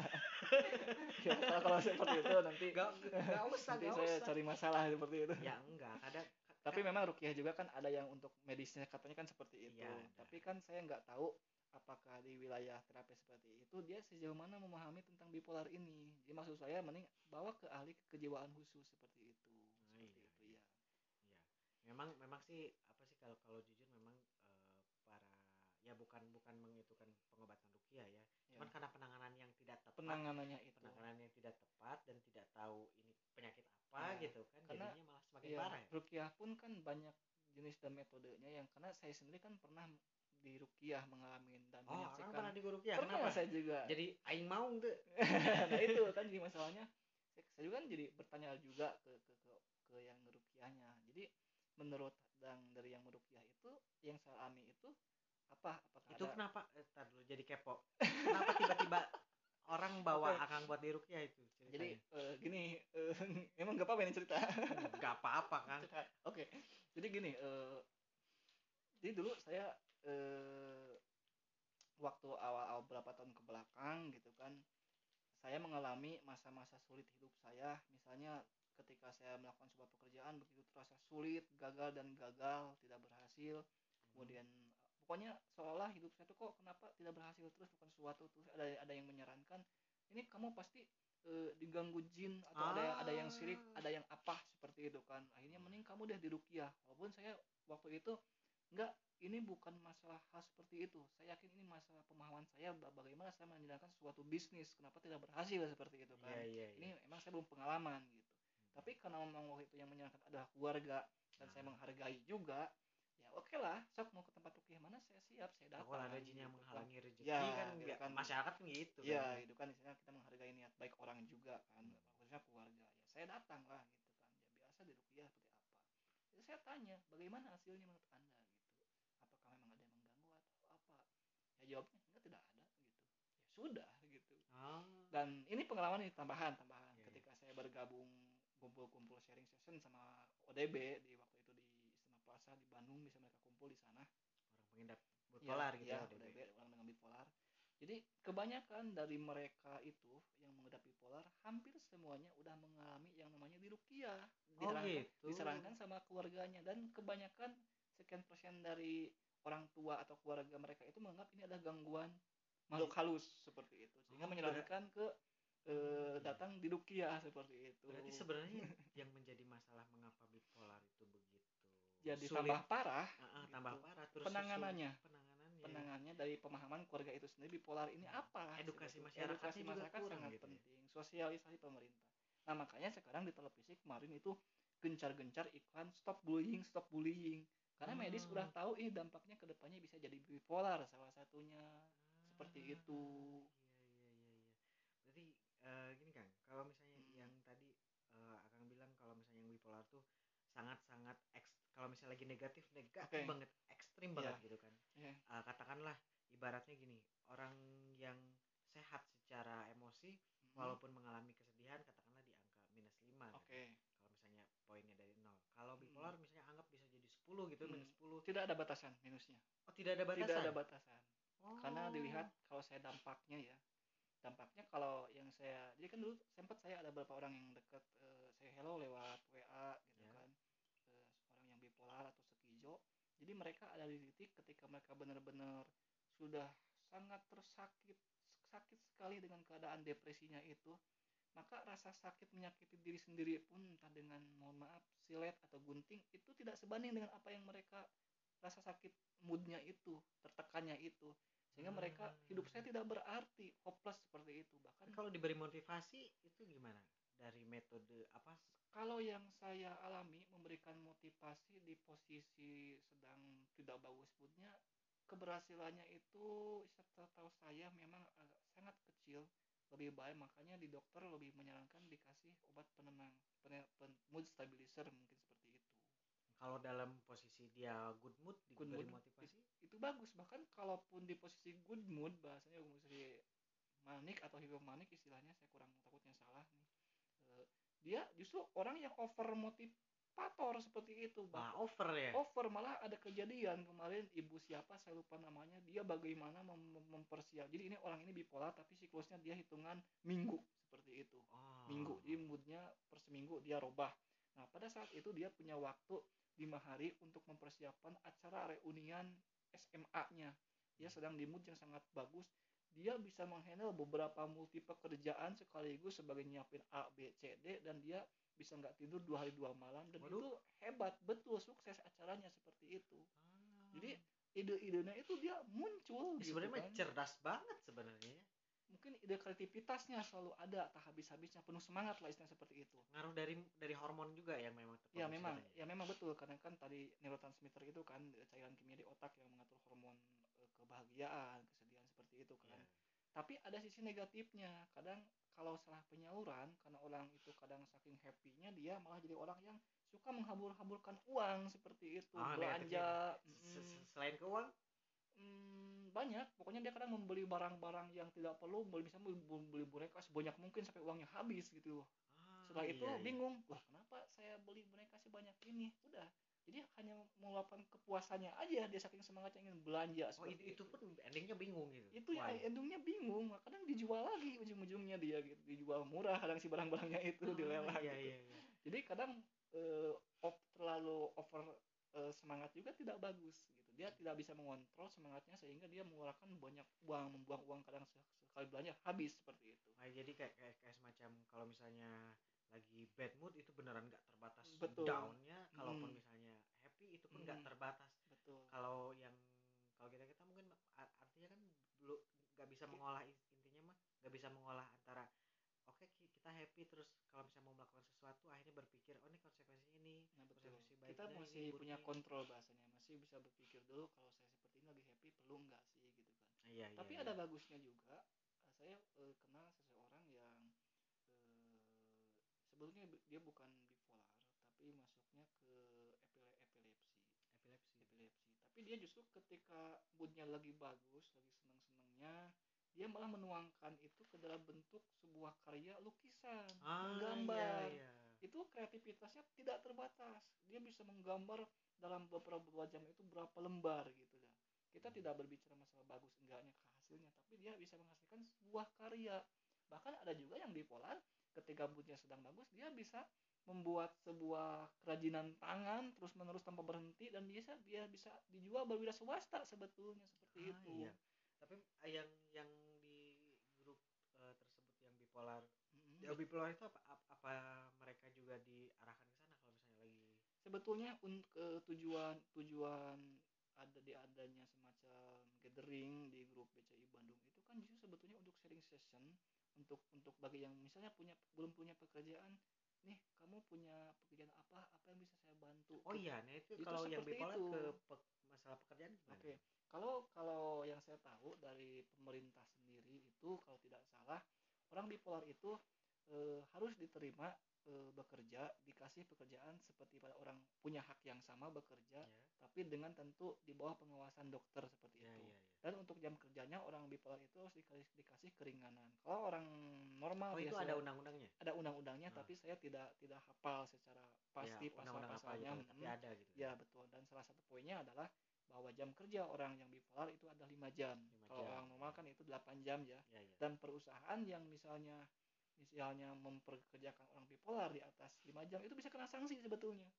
Ya, kalau kalau seperti itu nanti
gak, gak usah
nanti
gak
saya
usah
cari masalah seperti itu.
ya enggak kadang
Tapi memang rukiah juga kan ada yang untuk medisnya, katanya kan seperti itu.
iya ada.
Tapi kan saya nggak tahu apakah di wilayah terapi seperti itu dia sejauh mana memahami tentang bipolar ini. Jadi maksud saya mending bawa ke ahli kejiwaan khusus seperti itu.
Oh,
Seperti
iya,
itu
iya.
ya.
Iya. Memang memang sih apa sih kalau kalau jujur memang eh, para ya bukan bukan mengitukan pengobatan rukiah ya. Cuman
Ya.
karena penanganan yang tidak tepat,
Penanganannya itu.
penanganan yang tidak tepat dan tidak tahu ini penyakit apa
Ya,
gitu kan,
karena
jadinya malah semakin
ya
parah ya.
rukiah pun kan banyak jenis dan metodenya, yang karena saya sendiri kan pernah di rukiah mengalami dan
Oh, orang
menyaksikan.
pernah di rukiah,
Pernah
kenapa?
saya juga.
Jadi aing mau tuh.
Nah itu kan jadi masalahnya, saya, saya juga kan jadi bertanya juga ke ke ke, ke yang merukiahnya. Jadi menurut dan dari yang merukiah itu, yang saya alami itu apa, apakah
Itu
ada.
kenapa eh, tar dulu jadi kepo. Kenapa tiba-tiba orang bawa
Oke,
akang buat di rukiah itu
jadi
ceritanya?
eh, gini, eh, emang gak apa-apa ini cerita.
Enggak apa-apa, Kang.
Oke, jadi gini, eh, jadi dulu saya eh, waktu awal-awal beberapa tahun ke belakang gitu kan, saya mengalami masa-masa sulit hidup saya. Misalnya ketika saya melakukan sebuah pekerjaan begitu terasa sulit, gagal dan gagal, tidak berhasil.
Hmm.
Kemudian pokoknya seolah hidup saya tuh kok kenapa tidak berhasil terus, bukan sesuatu. Terus ada ada yang menyarankan, ini kamu pasti e, diganggu jin atau ada yang ada yang sirik,
Ah.
ada yang apa seperti itu kan. Akhirnya mending kamu deh diruqyah. Walaupun saya waktu itu enggak, ini bukan masalah hal seperti itu. Saya yakin ini masalah pemahaman saya bagaimana saya menjalankan suatu bisnis, kenapa tidak berhasil seperti itu kan.
Iya, iya, iya.
Ini emang saya belum pengalaman gitu.
Hmm.
Tapi karena memang waktu itu yang menyarankan adalah keluarga dan
Nah.
saya menghargai juga, oke lah, sok mau ke tempat rukiah mana saya siap, saya
Kalau
datang
ada jin yang
gitu kan.
menghalangi rezeki
Ya,
kan,
gitu
ya,
kan.
masyarakat kan gitu
Iya,
kan.
itu kan istilahnya kita menghargai niat baik orang juga kan,
Hmm.
khususnya keluarga. Ya saya datang lah gitu kan. Ya biasa di rukiah seperti apa. Ya, saya tanya, bagaimana hasilnya menurut Anda gitu. Apakah memang ada yang mengganggu atau apa? Ya jawabnya enggak, tidak ada gitu. Ya sudah gitu.
Oh.
Dan ini pengalaman nih tambahan tambahan
Iya,
ketika saya bergabung kumpul-kumpul sharing session sama O D B di waktu itu di Istana Plaza di Bandung, bisa mereka kumpul di sana.
Orang pengidap
Ya,
bipolar gitu
ya,
ya,
O D
O D B.
B orang dengan bipolar. Jadi kebanyakan dari mereka itu yang mengidap bipolar hampir semuanya udah mengalami yang namanya dirukiah,
Oh
disarankan
gitu.
disarankan sama keluarganya, dan kebanyakan sekian persen dari orang tua atau keluarga mereka itu menganggap ini adalah gangguan makhluk halus seperti itu, sehingga
Oh,
menyarankan ke
Oh,
eh,
iya.
datang di rukiah seperti itu.
Berarti sebenarnya yang menjadi masalah mengapa bipolar itu begitu
Jadi
sulit,
tambah parah,
uh,
gitu.
tambah parah terus
penanganannya
sulit penanganannya
penanganannya dari pemahaman keluarga itu sendiri, bipolar ini
Hmm.
apa,
Edukasi
sebetulnya.
masyarakatnya
Edukasi
juga
masyarakat
kurang
sangat
gitu ya.
penting, sosialisasi pemerintah. Nah makanya sekarang di televisi kemarin itu gencar-gencar iklan stop bullying stop bullying, karena medis
Hmm.
udah tahu ini dampaknya ke depannya bisa jadi bipolar salah satunya, seperti itu.
Iya iya iya iya. Berarti eh, gini Kang, kalau misalnya
Hmm.
yang tadi eh, Akang bilang kalau misalnya yang bipolar tuh sangat-sangat eks, kalau misalnya lagi negatif negatif
Oke.
banget, ekstrim
Iya.
banget gitu kan.
Iya.
Eh, katakanlah ibaratnya gini, orang yang sehat secara emosi
Hmm.
walaupun mengalami kesedihan katakanlah di angka minus lima kan.
Oke.
Kalau misalnya poinnya dari nol. Kalau
Hmm.
bipolar misalnya anggap bisa jadi sepuluh gitu,
Hmm.
minus sepuluh.
Tidak ada batasan minusnya.
Oh, tidak ada batasan.
Tidak ada batasan.
Oh.
Karena dilihat kalau saya dampaknya ya, dampaknya kalau yang saya, jadi kan dulu sempat saya ada beberapa orang yang dekat eh, saya hello lewat W A gitu
Ya.
kan, eh, orang yang bipolar atau skizo. Jadi mereka ada di titik ketika mereka benar-benar sudah sangat tersakit sakit sekali dengan keadaan depresinya itu, maka rasa sakit menyakiti diri sendiri pun entah dengan mohon maaf silet atau gunting itu tidak sebanding dengan apa yang mereka rasa sakit moodnya itu, tertekannya itu, sehingga mereka hidup saya tidak berarti, hopeless seperti itu. Bahkan
Tapi kalau diberi motivasi itu gimana? Dari metode apa?
kalau yang saya alami memberikan motivasi di posisi sedang tidak bagus moodnya, keberhasilannya itu setahu saya memang agak sangat kecil, lebih baik makanya di dokter lebih menyarankan dikasih obat penenang, pen, pen, mood stabilizer mungkin seperti itu.
Kalau dalam posisi dia good mood
Good
diberi
mood
motivasi
itu bagus, bahkan kalaupun di posisi good mood bahasanya posisi manik atau hipomanik istilahnya, saya kurang takutnya salah nih, e, dia justru orang yang over motivator seperti itu,
malah
bahkan
over ya.
over malah ada kejadian kemarin ibu siapa saya lupa namanya, dia bagaimana mem- mempersiap, jadi ini orang ini bipolar tapi siklusnya dia hitungan minggu seperti itu.
Oh.
Minggu, jadi moodnya per seminggu dia robah. Nah pada saat itu dia punya waktu lima hari untuk mempersiapkan acara reunian S M A-nya. Dia sedang di mood yang sangat bagus. Dia bisa menghandle beberapa multi pekerjaan sekaligus sebagai nyiapin A, B, C, D, dan dia bisa nggak tidur dua hari dua malam, dan
Waduh.
itu hebat, betul, sukses acaranya seperti itu.
Ah.
Jadi ide-idenya itu dia muncul
Ya,
gitu
sebenarnya
kan.
cerdas banget sebenarnya ya.
Mungkin ide kreativitasnya selalu ada, tak habis-habisnya, penuh semangat lah istilah seperti itu.
Ngaruh dari dari hormon juga yang memang
Ya
terproduksi
memang,
katanya.
ya memang betul, karena kan tadi neurotransmitter itu kan cairan kimia di otak yang mengatur hormon eh, kebahagiaan, kesedihan seperti itu kan.
Ya.
Tapi ada sisi negatifnya. Kadang kalau salah penyaluran, karena orang itu kadang saking happy-nya dia malah jadi orang yang suka menghambur-hamburkan uang seperti itu,
Oh,
belanja.
negatifnya.
mm,
Selain ke uang,
Hmm, banyak, pokoknya dia kadang membeli barang-barang yang tidak perlu, beli misalnya beli, beli boneka sebanyak mungkin sampai uangnya habis gitu.
ah,
Setelah itu
iya, iya.
bingung, wah kenapa saya beli boneka sebanyak ini? Udah, jadi hanya meluapkan kepuasannya aja, dia saking semangatnya ingin belanja
Oh,
seperti
itu, itu
itu.
pun endingnya bingung gitu.
Itu yang
Why?
endingnya bingung, kadang dijual lagi ujung-ujungnya dia gitu, dijual murah kadang si barang-barangnya itu
Ah,
dilelang
iya,
gitu.
iya, iya.
Jadi kadang eh, op, terlalu over eh, semangat juga tidak bagus gitu. Dia tidak bisa mengontrol semangatnya sehingga dia mengeluarkan banyak uang, membuang uang kadang sekali belanja habis seperti itu.
Ah, jadi kayak, kayak kayak semacam kalau misalnya lagi bad mood itu beneran nggak terbatas
Betul.
downnya, kalaupun
Hmm.
misalnya happy itu pun nggak
Hmm.
terbatas.
Betul.
Kalau yang kalau kita kita mungkin a- artinya kan belum nggak bisa mengolah in- intinya mah nggak bisa mengolah antara oke ki- kita happy terus kalau misalnya mau melakukan sesuatu akhirnya berpikir oh ini konsekuensinya ini,
Nah betul.
konsekuensi
Kita
baiknya ini,
masih punya
buruknya ini.
kontrol bahasanya, masih masih bisa berpikir dulu kalau saya seperti ini lagi happy perlu enggak sih gitu kan.
Iya, iya,
Tapi
iya.
ada bagusnya juga. eh, Saya eh, kenal seseorang yang eh, sebetulnya bi- dia bukan bipolar, tapi masuknya ke epile- epilepsi.
Epilepsi.
Epilepsi. Tapi dia justru ketika moodnya lagi bagus, lagi senang-senangnya, dia malah menuangkan itu ke dalam bentuk sebuah karya lukisan,
Ah, iya,
menggambar.
iya.
Itu kreativitasnya tidak terbatas. Dia bisa menggambar dalam beberapa jam itu berapa lembar gitu ya. Kita
Hmm.
tidak berbicara masalah bagus enggaknya ke hasilnya, tapi dia bisa menghasilkan sebuah karya. Bahkan ada juga yang bipolar, ketika moodnya sedang bagus, dia bisa membuat sebuah kerajinan tangan terus menerus tanpa berhenti, dan bisa dia bisa dijual berwira swasta sebetulnya seperti
Ah,
itu.
iya. Tapi eh, yang yang di grup eh, tersebut yang bipolar,
Mm-mm.
yang bipolar itu apa, apa apa mereka juga diarahkan ke sana kalau misalnya lagi
Sebetulnya untuk eh, tujuan tujuan ada di adanya semacam gathering di grup B C I Bandung itu kan justru sebetulnya untuk sharing session, untuk untuk bagi yang misalnya punya belum punya pekerjaan, nih kamu punya pekerjaan apa apa yang bisa saya bantu.
Oh iya, nah itu
Itu
kalau yang
seperti
bipolar ke
itu.
pe- masalah pekerjaan gimana?
Oke, kalau kalau yang saya tahu dari pemerintah sendiri itu kalau tidak salah, orang bipolar itu eh, harus diterima eh, bekerja, dikasih pekerjaan seperti pada orang punya hak yang sama bekerja,
Ya,
tapi dengan tentu di bawah pengawasan dokter seperti
ya,
itu.
ya, ya.
Dan untuk jam kerjanya orang bipolar itu harus dikasih, dikasih keringanan. Kalau orang normal
Oh itu ada
biasa
undang-undangnya?
ada undang-undangnya,
Ah,
tapi saya tidak tidak hafal secara
ya
pasti
undang-undang apa
pasal-pasalnya.
gitu, tapi
Mm,
ada gitu kan?
ya betul. Dan salah satu poinnya adalah bahwa jam kerja orang yang bipolar itu ada lima jam.
lima
Kalau
jam.
orang normal kan itu delapan jam ya.
Ya, ya.
Dan perusahaan yang misalnya misalnya memperkerjakan orang bipolar di atas lima jam itu bisa kena sanksi sebetulnya.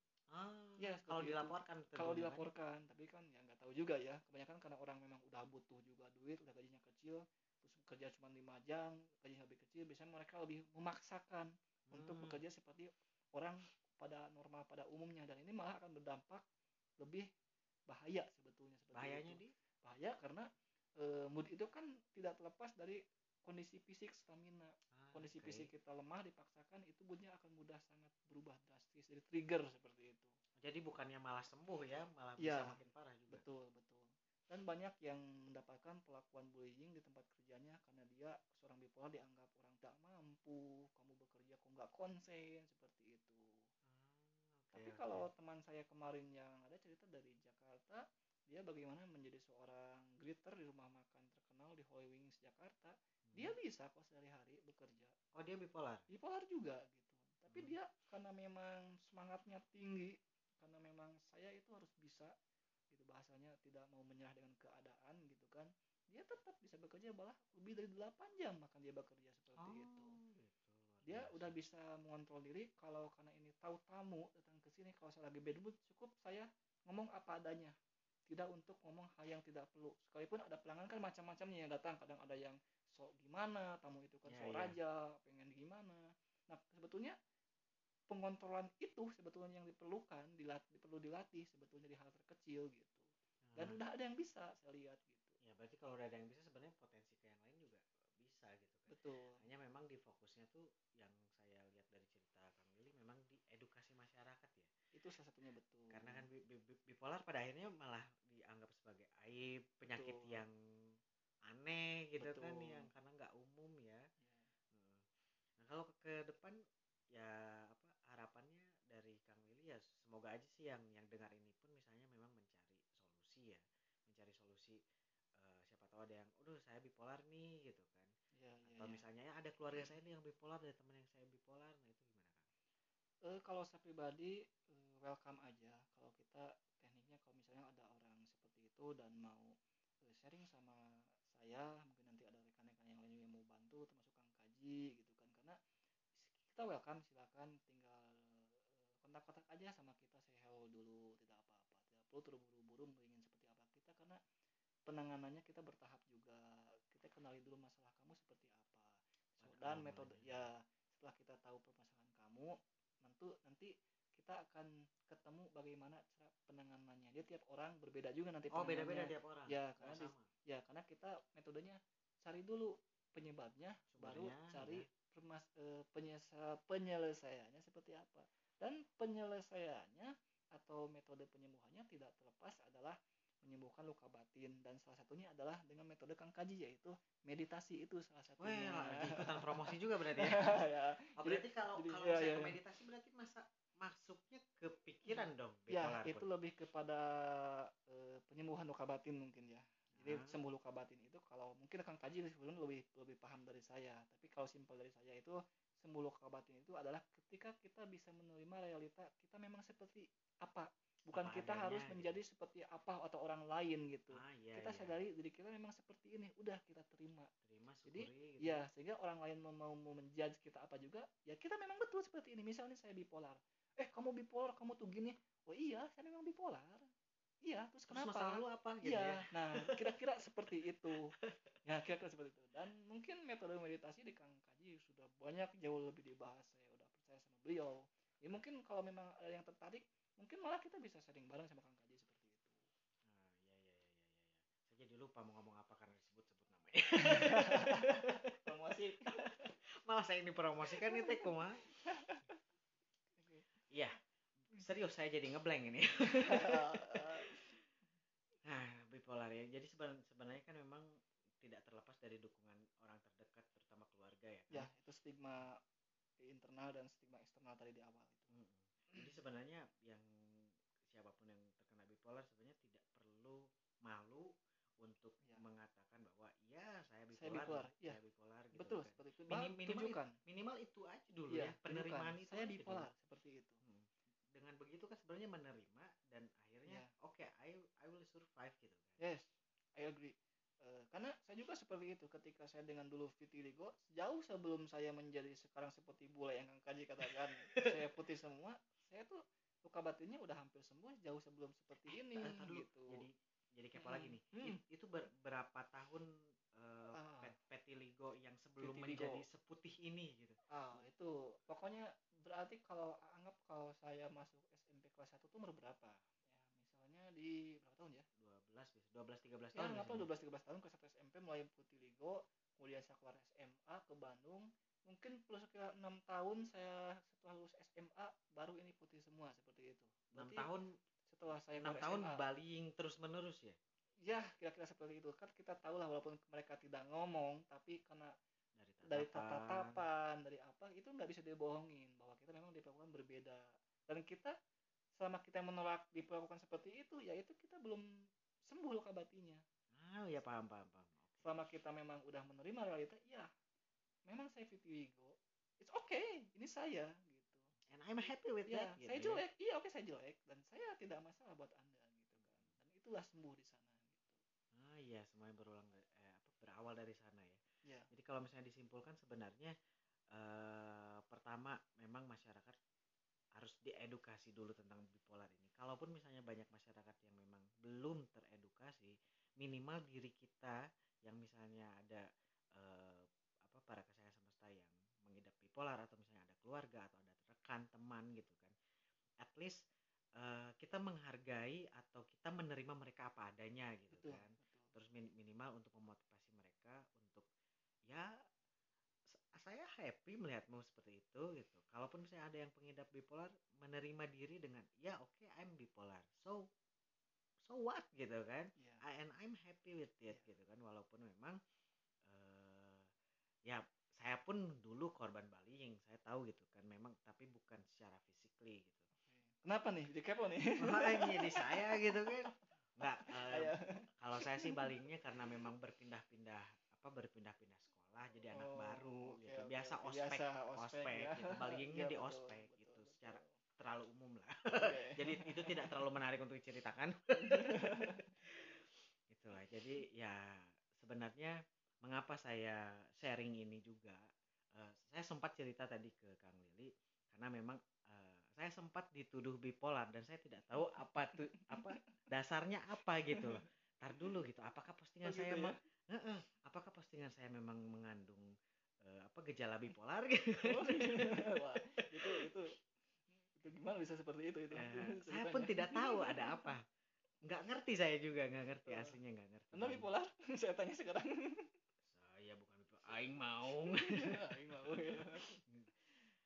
Ya
Ah, kalau
seperti itu.
dilaporkan
Kalau
tentunya kan?
dilaporkan, tapi kan ya nggak tahu juga ya. Kebanyakan karena orang memang udah butuh juga duit, udah gajinya kecil, terus bekerja cuma lima jam, gajinya lebih kecil, biasanya mereka lebih memaksakan untuk
Hmm,
bekerja seperti orang pada normal pada umumnya, dan ini malah akan berdampak lebih bahaya sebetulnya seperti
bahayanya
itu.
di?
Bahaya karena e, mood itu kan tidak terlepas dari kondisi fisik, stamina.
Ah,
Kondisi
oke.
fisik kita lemah dipaksakan, itu moodnya akan mudah sangat berubah drastis, jadi trigger seperti itu.
Jadi bukannya malah sembuh ya, malah bisa
Ya,
makin parah juga.
betul, betul. Dan banyak yang mendapatkan perlakuan bullying di tempat kerjanya karena dia seorang bipolar dianggap orang tak mampu, kamu bekerja kok nggak konsen, seperti itu.
Ah, oke,
Tapi
oke.
kalau teman saya kemarin yang ada cerita dari Jakarta, dia bagaimana menjadi seorang greeter di rumah makan terkenal di Holy Wings Jakarta. Dia
Hmm.
bisa kok sehari-hari bekerja.
Oh dia bipolar?
Bipolar juga gitu. Tapi
Hmm.
dia karena memang semangatnya tinggi, karena memang saya itu harus bisa gitu, bahasanya tidak mau menyerah dengan keadaan gitu kan, dia tetap bisa bekerja malah lebih dari delapan jam makan dia bekerja seperti itu.
Oh gitu, luar
Dia udah
biasa.
bisa mengontrol diri, kalau karena ini tahu tamu datang ke sini, kalau saya lagi bad mood cukup saya ngomong apa adanya, tidak untuk ngomong hal yang tidak perlu. Sekalipun ada pelanggan kan macam-macamnya yang datang, kadang ada yang sok gimana, tamu itu kan
Ya,
sok
ya.
raja pengen gimana. Nah sebetulnya pengontrolan itu sebetulnya yang diperlukan, dilatih, perlu dilatih sebetulnya di hal terkecil gitu. Dan
Nah,
udah ada yang bisa saya lihat gitu.
ya berarti kalau udah ada yang bisa sebenarnya potensi ke yang lain juga bisa gitu kan.
Betul.
Hanya memang di fokusnya tuh yang saya lihat dari cerita Kang Willy memang di edukasi masyarakat ya.
Itu salah satunya, betul.
Karena kan bi- bi- bi- bipolar pada akhirnya malah dianggap sebagai aib, penyakit
Betul.
yang aneh gitu kan,
Betul.
yang karena nggak umum ya.
Ya.
Heeh. Nah kalau ke, ke depan ya apa harapannya dari Kang Willy ya semoga aja sih yang yang dengar ini pun misalnya memang mencari solusi ya, mencari solusi eh, siapa tahu ada yang, udah saya bipolar nih gitu kan,
Ya, ya,
atau
ya.
misalnya ya ada keluarga saya nih yang bipolar, ada teman yang saya bipolar, nah itu gimana Kang?
Eh, kalau saya pribadi eh, welcome aja kalau kita tekniknya, kalau misalnya ada orang seperti itu dan mau eh, sharing sama saya, mungkin nanti ada rekan-rekan yang lain yang mau bantu termasuk Kang Kaji gitu kan, karena kita welcome, silakan tinggal eh, kontak-kontak aja sama kita, say hello dulu, tidak apa-apa, tidak perlu terburu-buru ingin seperti apa kita, karena penanganannya kita bertahap juga, kita kenali dulu masalah kamu seperti apa. So,
Pada
dan
awal
metode
mulanya ya.
ya, setelah kita tahu permasalahan kamu, nanti nanti kita akan ketemu bagaimana cara penanganannya. Dia tiap orang berbeda juga nanti
Oh beda-beda
penanganannya.
tiap orang,
Ya,
nggak
karena di,
sama
ya karena kita metodenya cari dulu penyebabnya, baru
sumbernya ya.
cari permas, eh, penyesa, penyelesaiannya seperti apa. Dan penyelesaiannya atau metode penyembuhannya tidak terlepas adalah menyembuhkan luka batin, dan salah satunya adalah dengan metode Kang Kaji, yaitu meditasi. Itu salah
Wah,
satunya.
lagi ikutan promosi juga berarti ya.
Ya,
Oh,
jadi
berarti kalau
jadi
kalau
ya,
saya
ya,
ke
ya.
meditasi berarti masa masuknya ke pikiran dong,
Ya,
bipolar
itu
pun.
lebih kepada eh, penyembuhan luka batin mungkin ya. Jadi
Ah,
sembuh luka batin itu, kalau mungkin Kang Kaji sebelumnya lebih lebih paham dari saya. Tapi kalau simpel dari saya itu, sembuh luka batin itu adalah ketika kita bisa menerima realita kita memang seperti apa. Bukan
apa
kita
adanya
harus
gitu.
menjadi seperti apa atau orang lain gitu.
Ah, iya
Kita
iya.
sadari diri kita memang seperti ini, udah kita terima.
Terima,
Jadi
syukuri gitu.
ya, sehingga orang lain mau mau mau menjudge kita apa juga, ya kita memang betul seperti ini. Misalnya saya bipolar. Eh, kamu bipolar, kamu tuh gini. Oh iya, saya memang bipolar. Iya, terus
Terus
kenapa?
masa lalu apa gitu
Iya,
ya?
nah kira-kira seperti itu. Ya, kira-kira seperti itu. Dan mungkin metode meditasi di Kang Kaji sudah banyak jauh lebih dibahas. Saya udah percaya sama beliau. Ya mungkin kalau memang ada yang tertarik, mungkin malah kita bisa sharing bareng sama Kang Kaji seperti itu.
Ah, iya iya iya iya iya. Saya jadi lupa mau ngomong apa karena disebut-sebut namanya.
Promosi.
Malah saya ini promosikan itu kumaha.
Oke.
Iya, serius saya jadi ngeblank ini. Nah, bipolar ya. Jadi seben- sebenarnya kan memang tidak terlepas dari dukungan orang terdekat, terutama keluarga ya kan.
Ya, itu stigma internal dan stigma eksternal tadi di awal itu.
Mm-mm. Jadi sebenarnya yang siapapun yang terkena bipolar sebenarnya tidak perlu malu untuk
Ya.
mengatakan bahwa ya saya
Saya
bipolar,
bipolar,
gitu,
ya.
saya bipolar gitu
Betul,
kan.
seperti itu.
Minim,
Bahkan
minimal
tunjukkan.
itu, minimal itu aja dulu
Iya,
ya, penerimaan
tunjukkan.
itu
Saya
aja
bipolar,
dulu.
seperti itu.
Hmm. Dengan begitu kan sebenarnya menerima dan akhirnya
Ya.
oke, okay, I I will survive gitu kan.
Yes, I agree. Uh, karena saya juga seperti itu ketika saya dengan dulu vitiligo, jauh sebelum saya menjadi sekarang seperti bule yang Kang Kaji katakan, saya putih semua, saya tuh luka batinnya udah hampir sembuh jauh sebelum seperti ini
Eh, tar dulu.
gitu.
Jadi jadi kepo
Mm-mm.
lagi nih.
Hmm.
It- itu ber- berapa tahun uh,
Ah,
pet- petiligo yang sebelum
vitiligo.
menjadi seputih ini gitu.
Ah, itu pokoknya berarti kalau anggap kalau saya masuk S M P kelas satu tuh umur berapa? Ya, misalnya di berapa tahun ya?
dua belas biasa. dua belas tiga belas
Ya,
tahun
nggak tahu
biasanya.
dua belas tiga belas tahun, kelas satu S M P mulai vitiligo, kemudian saya keluar S M A ke Bandung. Mungkin perlu sekitar enam tahun saya setelah lulus S M A baru ini putih semua seperti itu.
enam
Berarti
tahun
setelah saya
enam
keluar
tahun
S M A,
baling terus-menerus ya.
ya kira-kira seperti itu. Kan kita tahu lah, walaupun mereka tidak ngomong, tapi karena
Dari
dari
tatapan.
tatapan, dari apa, itu nggak bisa dibohongin bahwa kita memang diperlakukan berbeda. Dan kita selama kita menolak diperlakukan seperti itu, ya itu kita belum sembuh luka batinnya.
Ah, ya paham paham paham. Oke.
Selama kita memang udah menerima realita, ya memang saya vitiligo, it's okay, ini saya gitu.
And I'm happy with
Ya,
that gitu
saya
ya.
jelek, iya oke saya jelek, dan saya tidak masalah buat Anda gitu kan. Dan itulah sembuh di sana gitu.
Ah iya, semuanya berulang dari, eh, apa, berawal dari sana ya.
Ya,
Jadi kalau misalnya disimpulkan sebenarnya eh, pertama memang masyarakat harus diedukasi dulu tentang bipolar ini. Kalaupun misalnya banyak masyarakat yang memang belum teredukasi, minimal diri kita yang misalnya ada eh, apa para kesayang semesta yang mengidap bipolar atau misalnya ada keluarga atau ada rekan teman gitu kan, at least eh, kita menghargai atau kita menerima mereka apa adanya gitu
betul,
kan.
betul.
Terus min- minimal untuk memotivasi mereka untuk ya saya happy melihatmu seperti itu gitu. Kalaupun misalnya ada yang pengidap bipolar, menerima diri dengan ya oke okay, I'm bipolar. So so what gitu kan?
Ya,
I, and I'm happy with it
ya.
gitu kan. Walaupun memang uh, ya saya pun dulu korban bullying, saya tahu gitu kan. Memang tapi bukan secara physically gitu.
Kenapa nih? Jadi kepo nih.
Makanya jadi saya gitu kan. Enggak uh,
Ayo.
kalau saya sih bullyingnya karena memang berpindah-pindah apa berpindah-pindah sekolah jadi anak
Oh,
baru
oke,
gitu.
oke,
Biasa
oke.
ospek,
Biasa, ospek,
ospek
ya.
gitu. Bullyingnya
Iya,
di
betul,
ospek
betul,
gitu
betul.
secara terlalu umum lah.
Oke.
Jadi itu tidak terlalu menarik untuk diceritakan. Itulah. Jadi ya sebenarnya mengapa saya sharing ini juga, uh, saya sempat cerita tadi ke Kang Lili karena memang uh, saya sempat dituduh bipolar dan saya tidak tahu apa tuh apa dasarnya apa gitu loh. Tar dulu gitu, apakah postingan
Oh, gitu
saya
ya?
mah uh-uh, apakah postingan saya memang mengandung uh, apa gejala bipolar gitu.
Oh, wah, itu itu itu gimana bisa seperti itu itu
Uh, saya
ceritanya?
pun tidak tahu ada apa. Nggak ngerti saya juga, nggak ngerti
Oh.
aslinya nggak ngerti.
Anda bipolar? Saya tanya sekarang.
Saya bukan bipolar, aing mau.
Aing mau ya.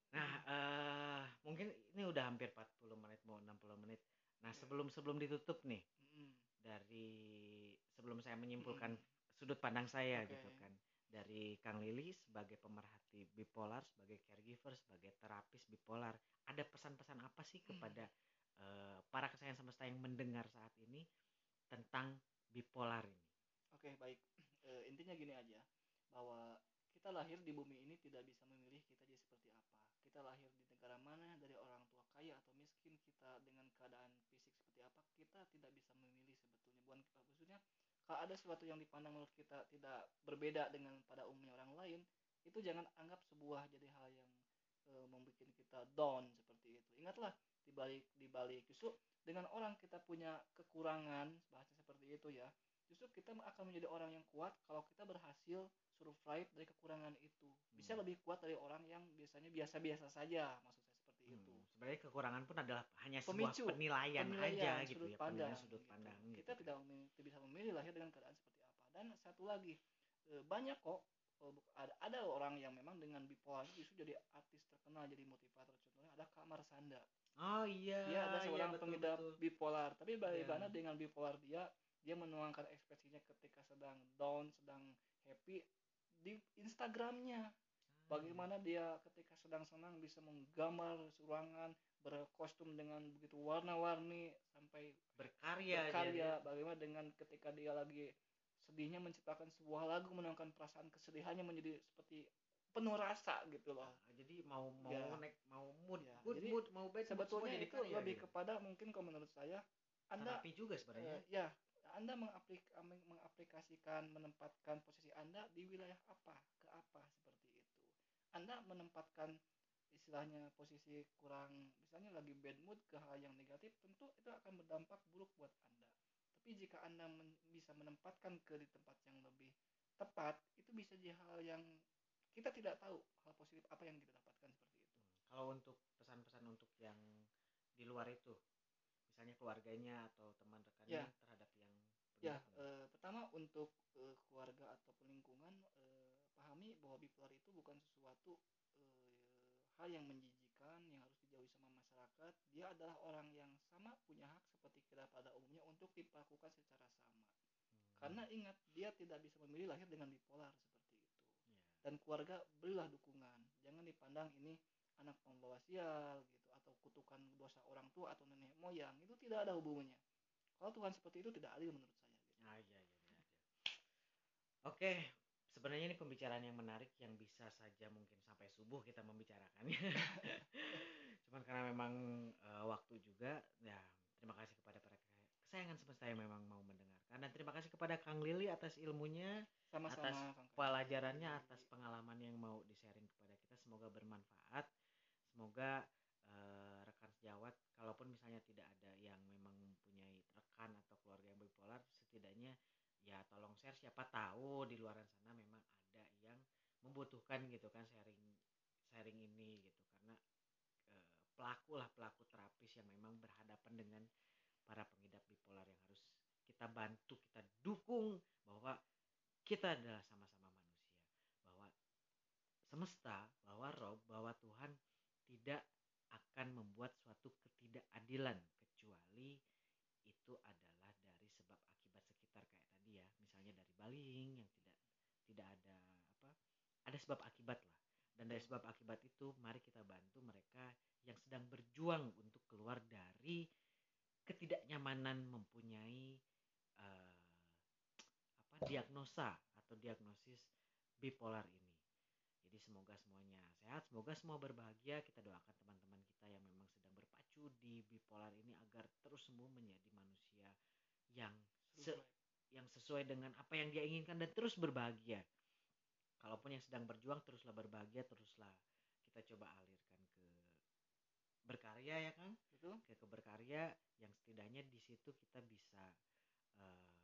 Nah, eh mungkin ini udah hampir empat puluh menit mau enam puluh menit. Nah,
Ya.
sebelum sebelum ditutup nih
Mm-mm.
dari sebelum saya menyimpulkan
Mm-mm.
sudut pandang saya
Oke.
gitu kan. Dari Kang Lili sebagai pemerhati bipolar, sebagai caregiver, sebagai terapis bipolar, ada pesan-pesan apa sih kepada eh, para kesayangan semesta yang mendengar saat ini tentang bipolar ini?
Oke, baik. Eh, intinya gini aja, bahwa kita lahir di bumi ini tidak bisa memilih kita jadi seperti apa. Kita lahir di negara mana, dari orang tua kaya atau miskin, kita dengan keadaan fisik seperti apa, kita tidak bisa memilih sebetulnya. Bukan eh, maksudnya kalau ada sesuatu yang dipandang menurut kita tidak berbeda dengan pada umumnya orang lain, itu jangan anggap sebuah jadi hal yang eh, membuat kita down seperti itu. Ingatlah, di balik di balik justru dengan orang kita punya kekurangan, bahasa seperti itu ya, justru kita akan menjadi orang yang kuat kalau kita berhasil survive dari kekurangan itu, bisa
Hmm.
lebih kuat dari orang yang biasanya biasa-biasa saja, maksud saya seperti itu.
Hmm, sebenarnya kekurangan pun adalah hanya sebuah
Pemicu
penilaian,
penilaian
aja gitu
sudut
ya, penilaian
pandang
sudut
gitu,
pandang gitu
kita
kan.
tidak memilih, tidak bisa memilih lahir dengan keadaan seperti apa. Dan satu lagi, eh, banyak kok eh, ada, ada orang yang memang dengan bipolar justru jadi artis terkenal, jadi motivator. Contohnya ada Kak Marsanda,
Oh iya,
dia adalah
iya
seorang
betul
pengidap
betul.
bipolar, tapi
Iya.
bagaimana dengan bipolar dia dia menuangkan ekspresinya ketika sedang down, sedang happy di Instagramnya.
Ah, iya.
Bagaimana dia ketika sedang senang bisa menggambar ruangan berkostum dengan begitu warna-warni sampai
Berkarya jadi.
berkarya. Bagaimana dengan ketika dia lagi sedihnya menciptakan sebuah lagu, menuangkan perasaan kesedihannya menjadi seperti penuh rasa gitu loh.
Ah, jadi mau mau
Ya,
naik mau mood
ya.
good
Jadi
mood mau bad mood semua
sebetulnya
jadi
itu
karya
lebih
gitu.
kepada mungkin kalau menurut saya Anda
Terapi juga sebenarnya.
eh, ya Anda mengaplik, mengaplikasikan menempatkan posisi Anda di wilayah apa ke apa seperti itu. Anda menempatkan istilahnya posisi kurang, misalnya lagi bad mood ke hal yang negatif, tentu itu akan berdampak buruk buat Anda. Tapi jika Anda men- bisa menempatkan ke di tempat yang lebih tepat, itu bisa jadi hal yang kita tidak tahu hal positif apa yang kita dapatkan seperti itu.
Hmm, kalau untuk pesan-pesan untuk yang di luar itu, misalnya keluarganya atau teman rekannya
Ya,
terhadap yang
ya,
pengidap gimana?
eh, pertama untuk eh, keluarga ataupun lingkungan, eh, pahami bahwa bipolar itu bukan sesuatu eh, hal yang menjijikan yang harus dijauhi sama masyarakat. Dia adalah orang yang sama punya hak seperti kita pada umumnya untuk diperlakukan secara sama.
Hmm,
Karena ingat, dia tidak bisa memilih lahir dengan bipolar seperti itu.
ya.
Dan keluarga berilah dukungan. Jangan dipandang ini anak pembawa sial gitu, atau kutukan dosa orang tua atau nenek moyang. Itu tidak ada hubungannya. Kalau Tuhan seperti itu tidak adil menurut saya gitu.
Ah, iya, iya, iya, iya. Oke, sebenarnya ini pembicaraan yang menarik yang bisa saja mungkin sampai subuh kita membicarakannya. Cuman karena memang eh, waktu juga, ya terima kasih kepada para kesayangan semesta yang memang mau mendengarkan, dan terima kasih kepada Kang Lili atas ilmunya, atas
Sama-sama Kang
pelajarannya,
Kaji.
atas pengalaman yang mau di-sharing kepada kita. Semoga bermanfaat. Semoga eh, rekan sejawat, kalaupun misalnya tidak ada yang memang mempunyai rekan atau keluarga yang bipolar, setidaknya ya tolong share, siapa tahu di luar sana memang ada yang membutuhkan gitu kan sharing sharing ini gitu, karena eh, pelaku lah pelaku terapis yang memang berhadapan dengan para pengidap bipolar yang harus kita bantu, kita dukung bahwa kita adalah sama-sama manusia, bahwa semesta, bahwa Rob, bahwa Tuhan tidak akan membuat suatu ketidakadilan kecuali itu adalah dari sebab akibat sekitar, kayak tadi ya, misalnya dari bullying yang tidak tidak ada apa, ada sebab akibat lah. Dan dari sebab akibat itu mari kita bantu mereka yang sedang berjuang untuk keluar dari ketidaknyamanan mempunyai eh, apa diagnosa atau diagnosis bipolar ini. Jadi semoga semuanya sehat, semoga semua berbahagia. Kita doakan teman-teman kita yang memang sedang berpacu di bipolar ini agar terus sembuh menjadi manusia yang se yang sesuai dengan apa yang dia inginkan dan terus berbahagia. Kalaupun yang sedang berjuang, teruslah berbahagia, teruslah kita coba alirkan ke berkarya ya kan,
Betul?
ke keberkarya yang setidaknya di situ kita bisa uh,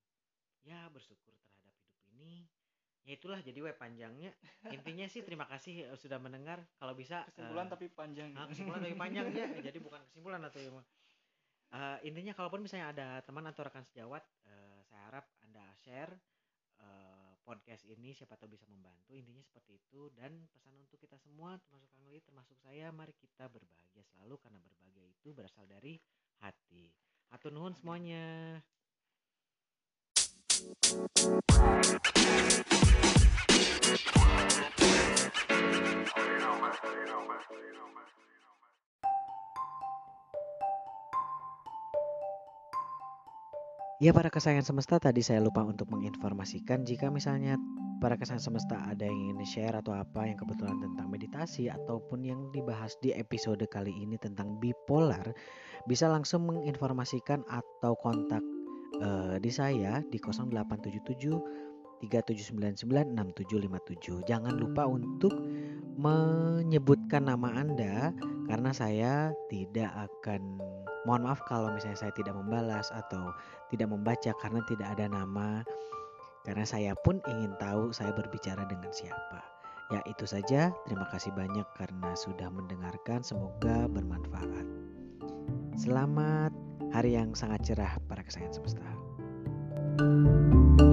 ya bersyukur terhadap hidup ini. Ya itulah, jadi web panjangnya. Intinya sih terima kasih uh, sudah mendengar. Kalau bisa
Kesimpulan
uh,
tapi panjang
nah,
gitu.
kesimpulan tapi panjang ya. Jadi bukan kesimpulan atau ya. Uh, intinya kalaupun misalnya ada teman atau rekan sejawat, uh, saya harap Anda share uh, podcast ini siapa tahu bisa membantu, intinya seperti itu. Dan pesan untuk kita semua termasuk Kang Li, termasuk saya, mari kita berbahagia selalu karena berbahagia itu berasal dari hati. Hatur nuhun semuanya. Ya para kesayangan semesta, tadi saya lupa untuk menginformasikan jika misalnya para kesayangan semesta ada yang ingin share atau apa yang kebetulan tentang meditasi ataupun yang dibahas di episode kali ini tentang bipolar, bisa langsung menginformasikan atau kontak uh, di saya di nol delapan tujuh tujuh tiga tujuh sembilan sembilan enam tujuh lima tujuh. Jangan lupa untuk menyebutkan nama Anda karena saya tidak akan, mohon maaf kalau misalnya saya tidak membalas atau tidak membaca karena tidak ada nama, karena saya pun ingin tahu saya berbicara dengan siapa. Ya itu saja, terima kasih banyak karena sudah mendengarkan, semoga bermanfaat. Selamat hari yang sangat cerah para kesayangan semesta.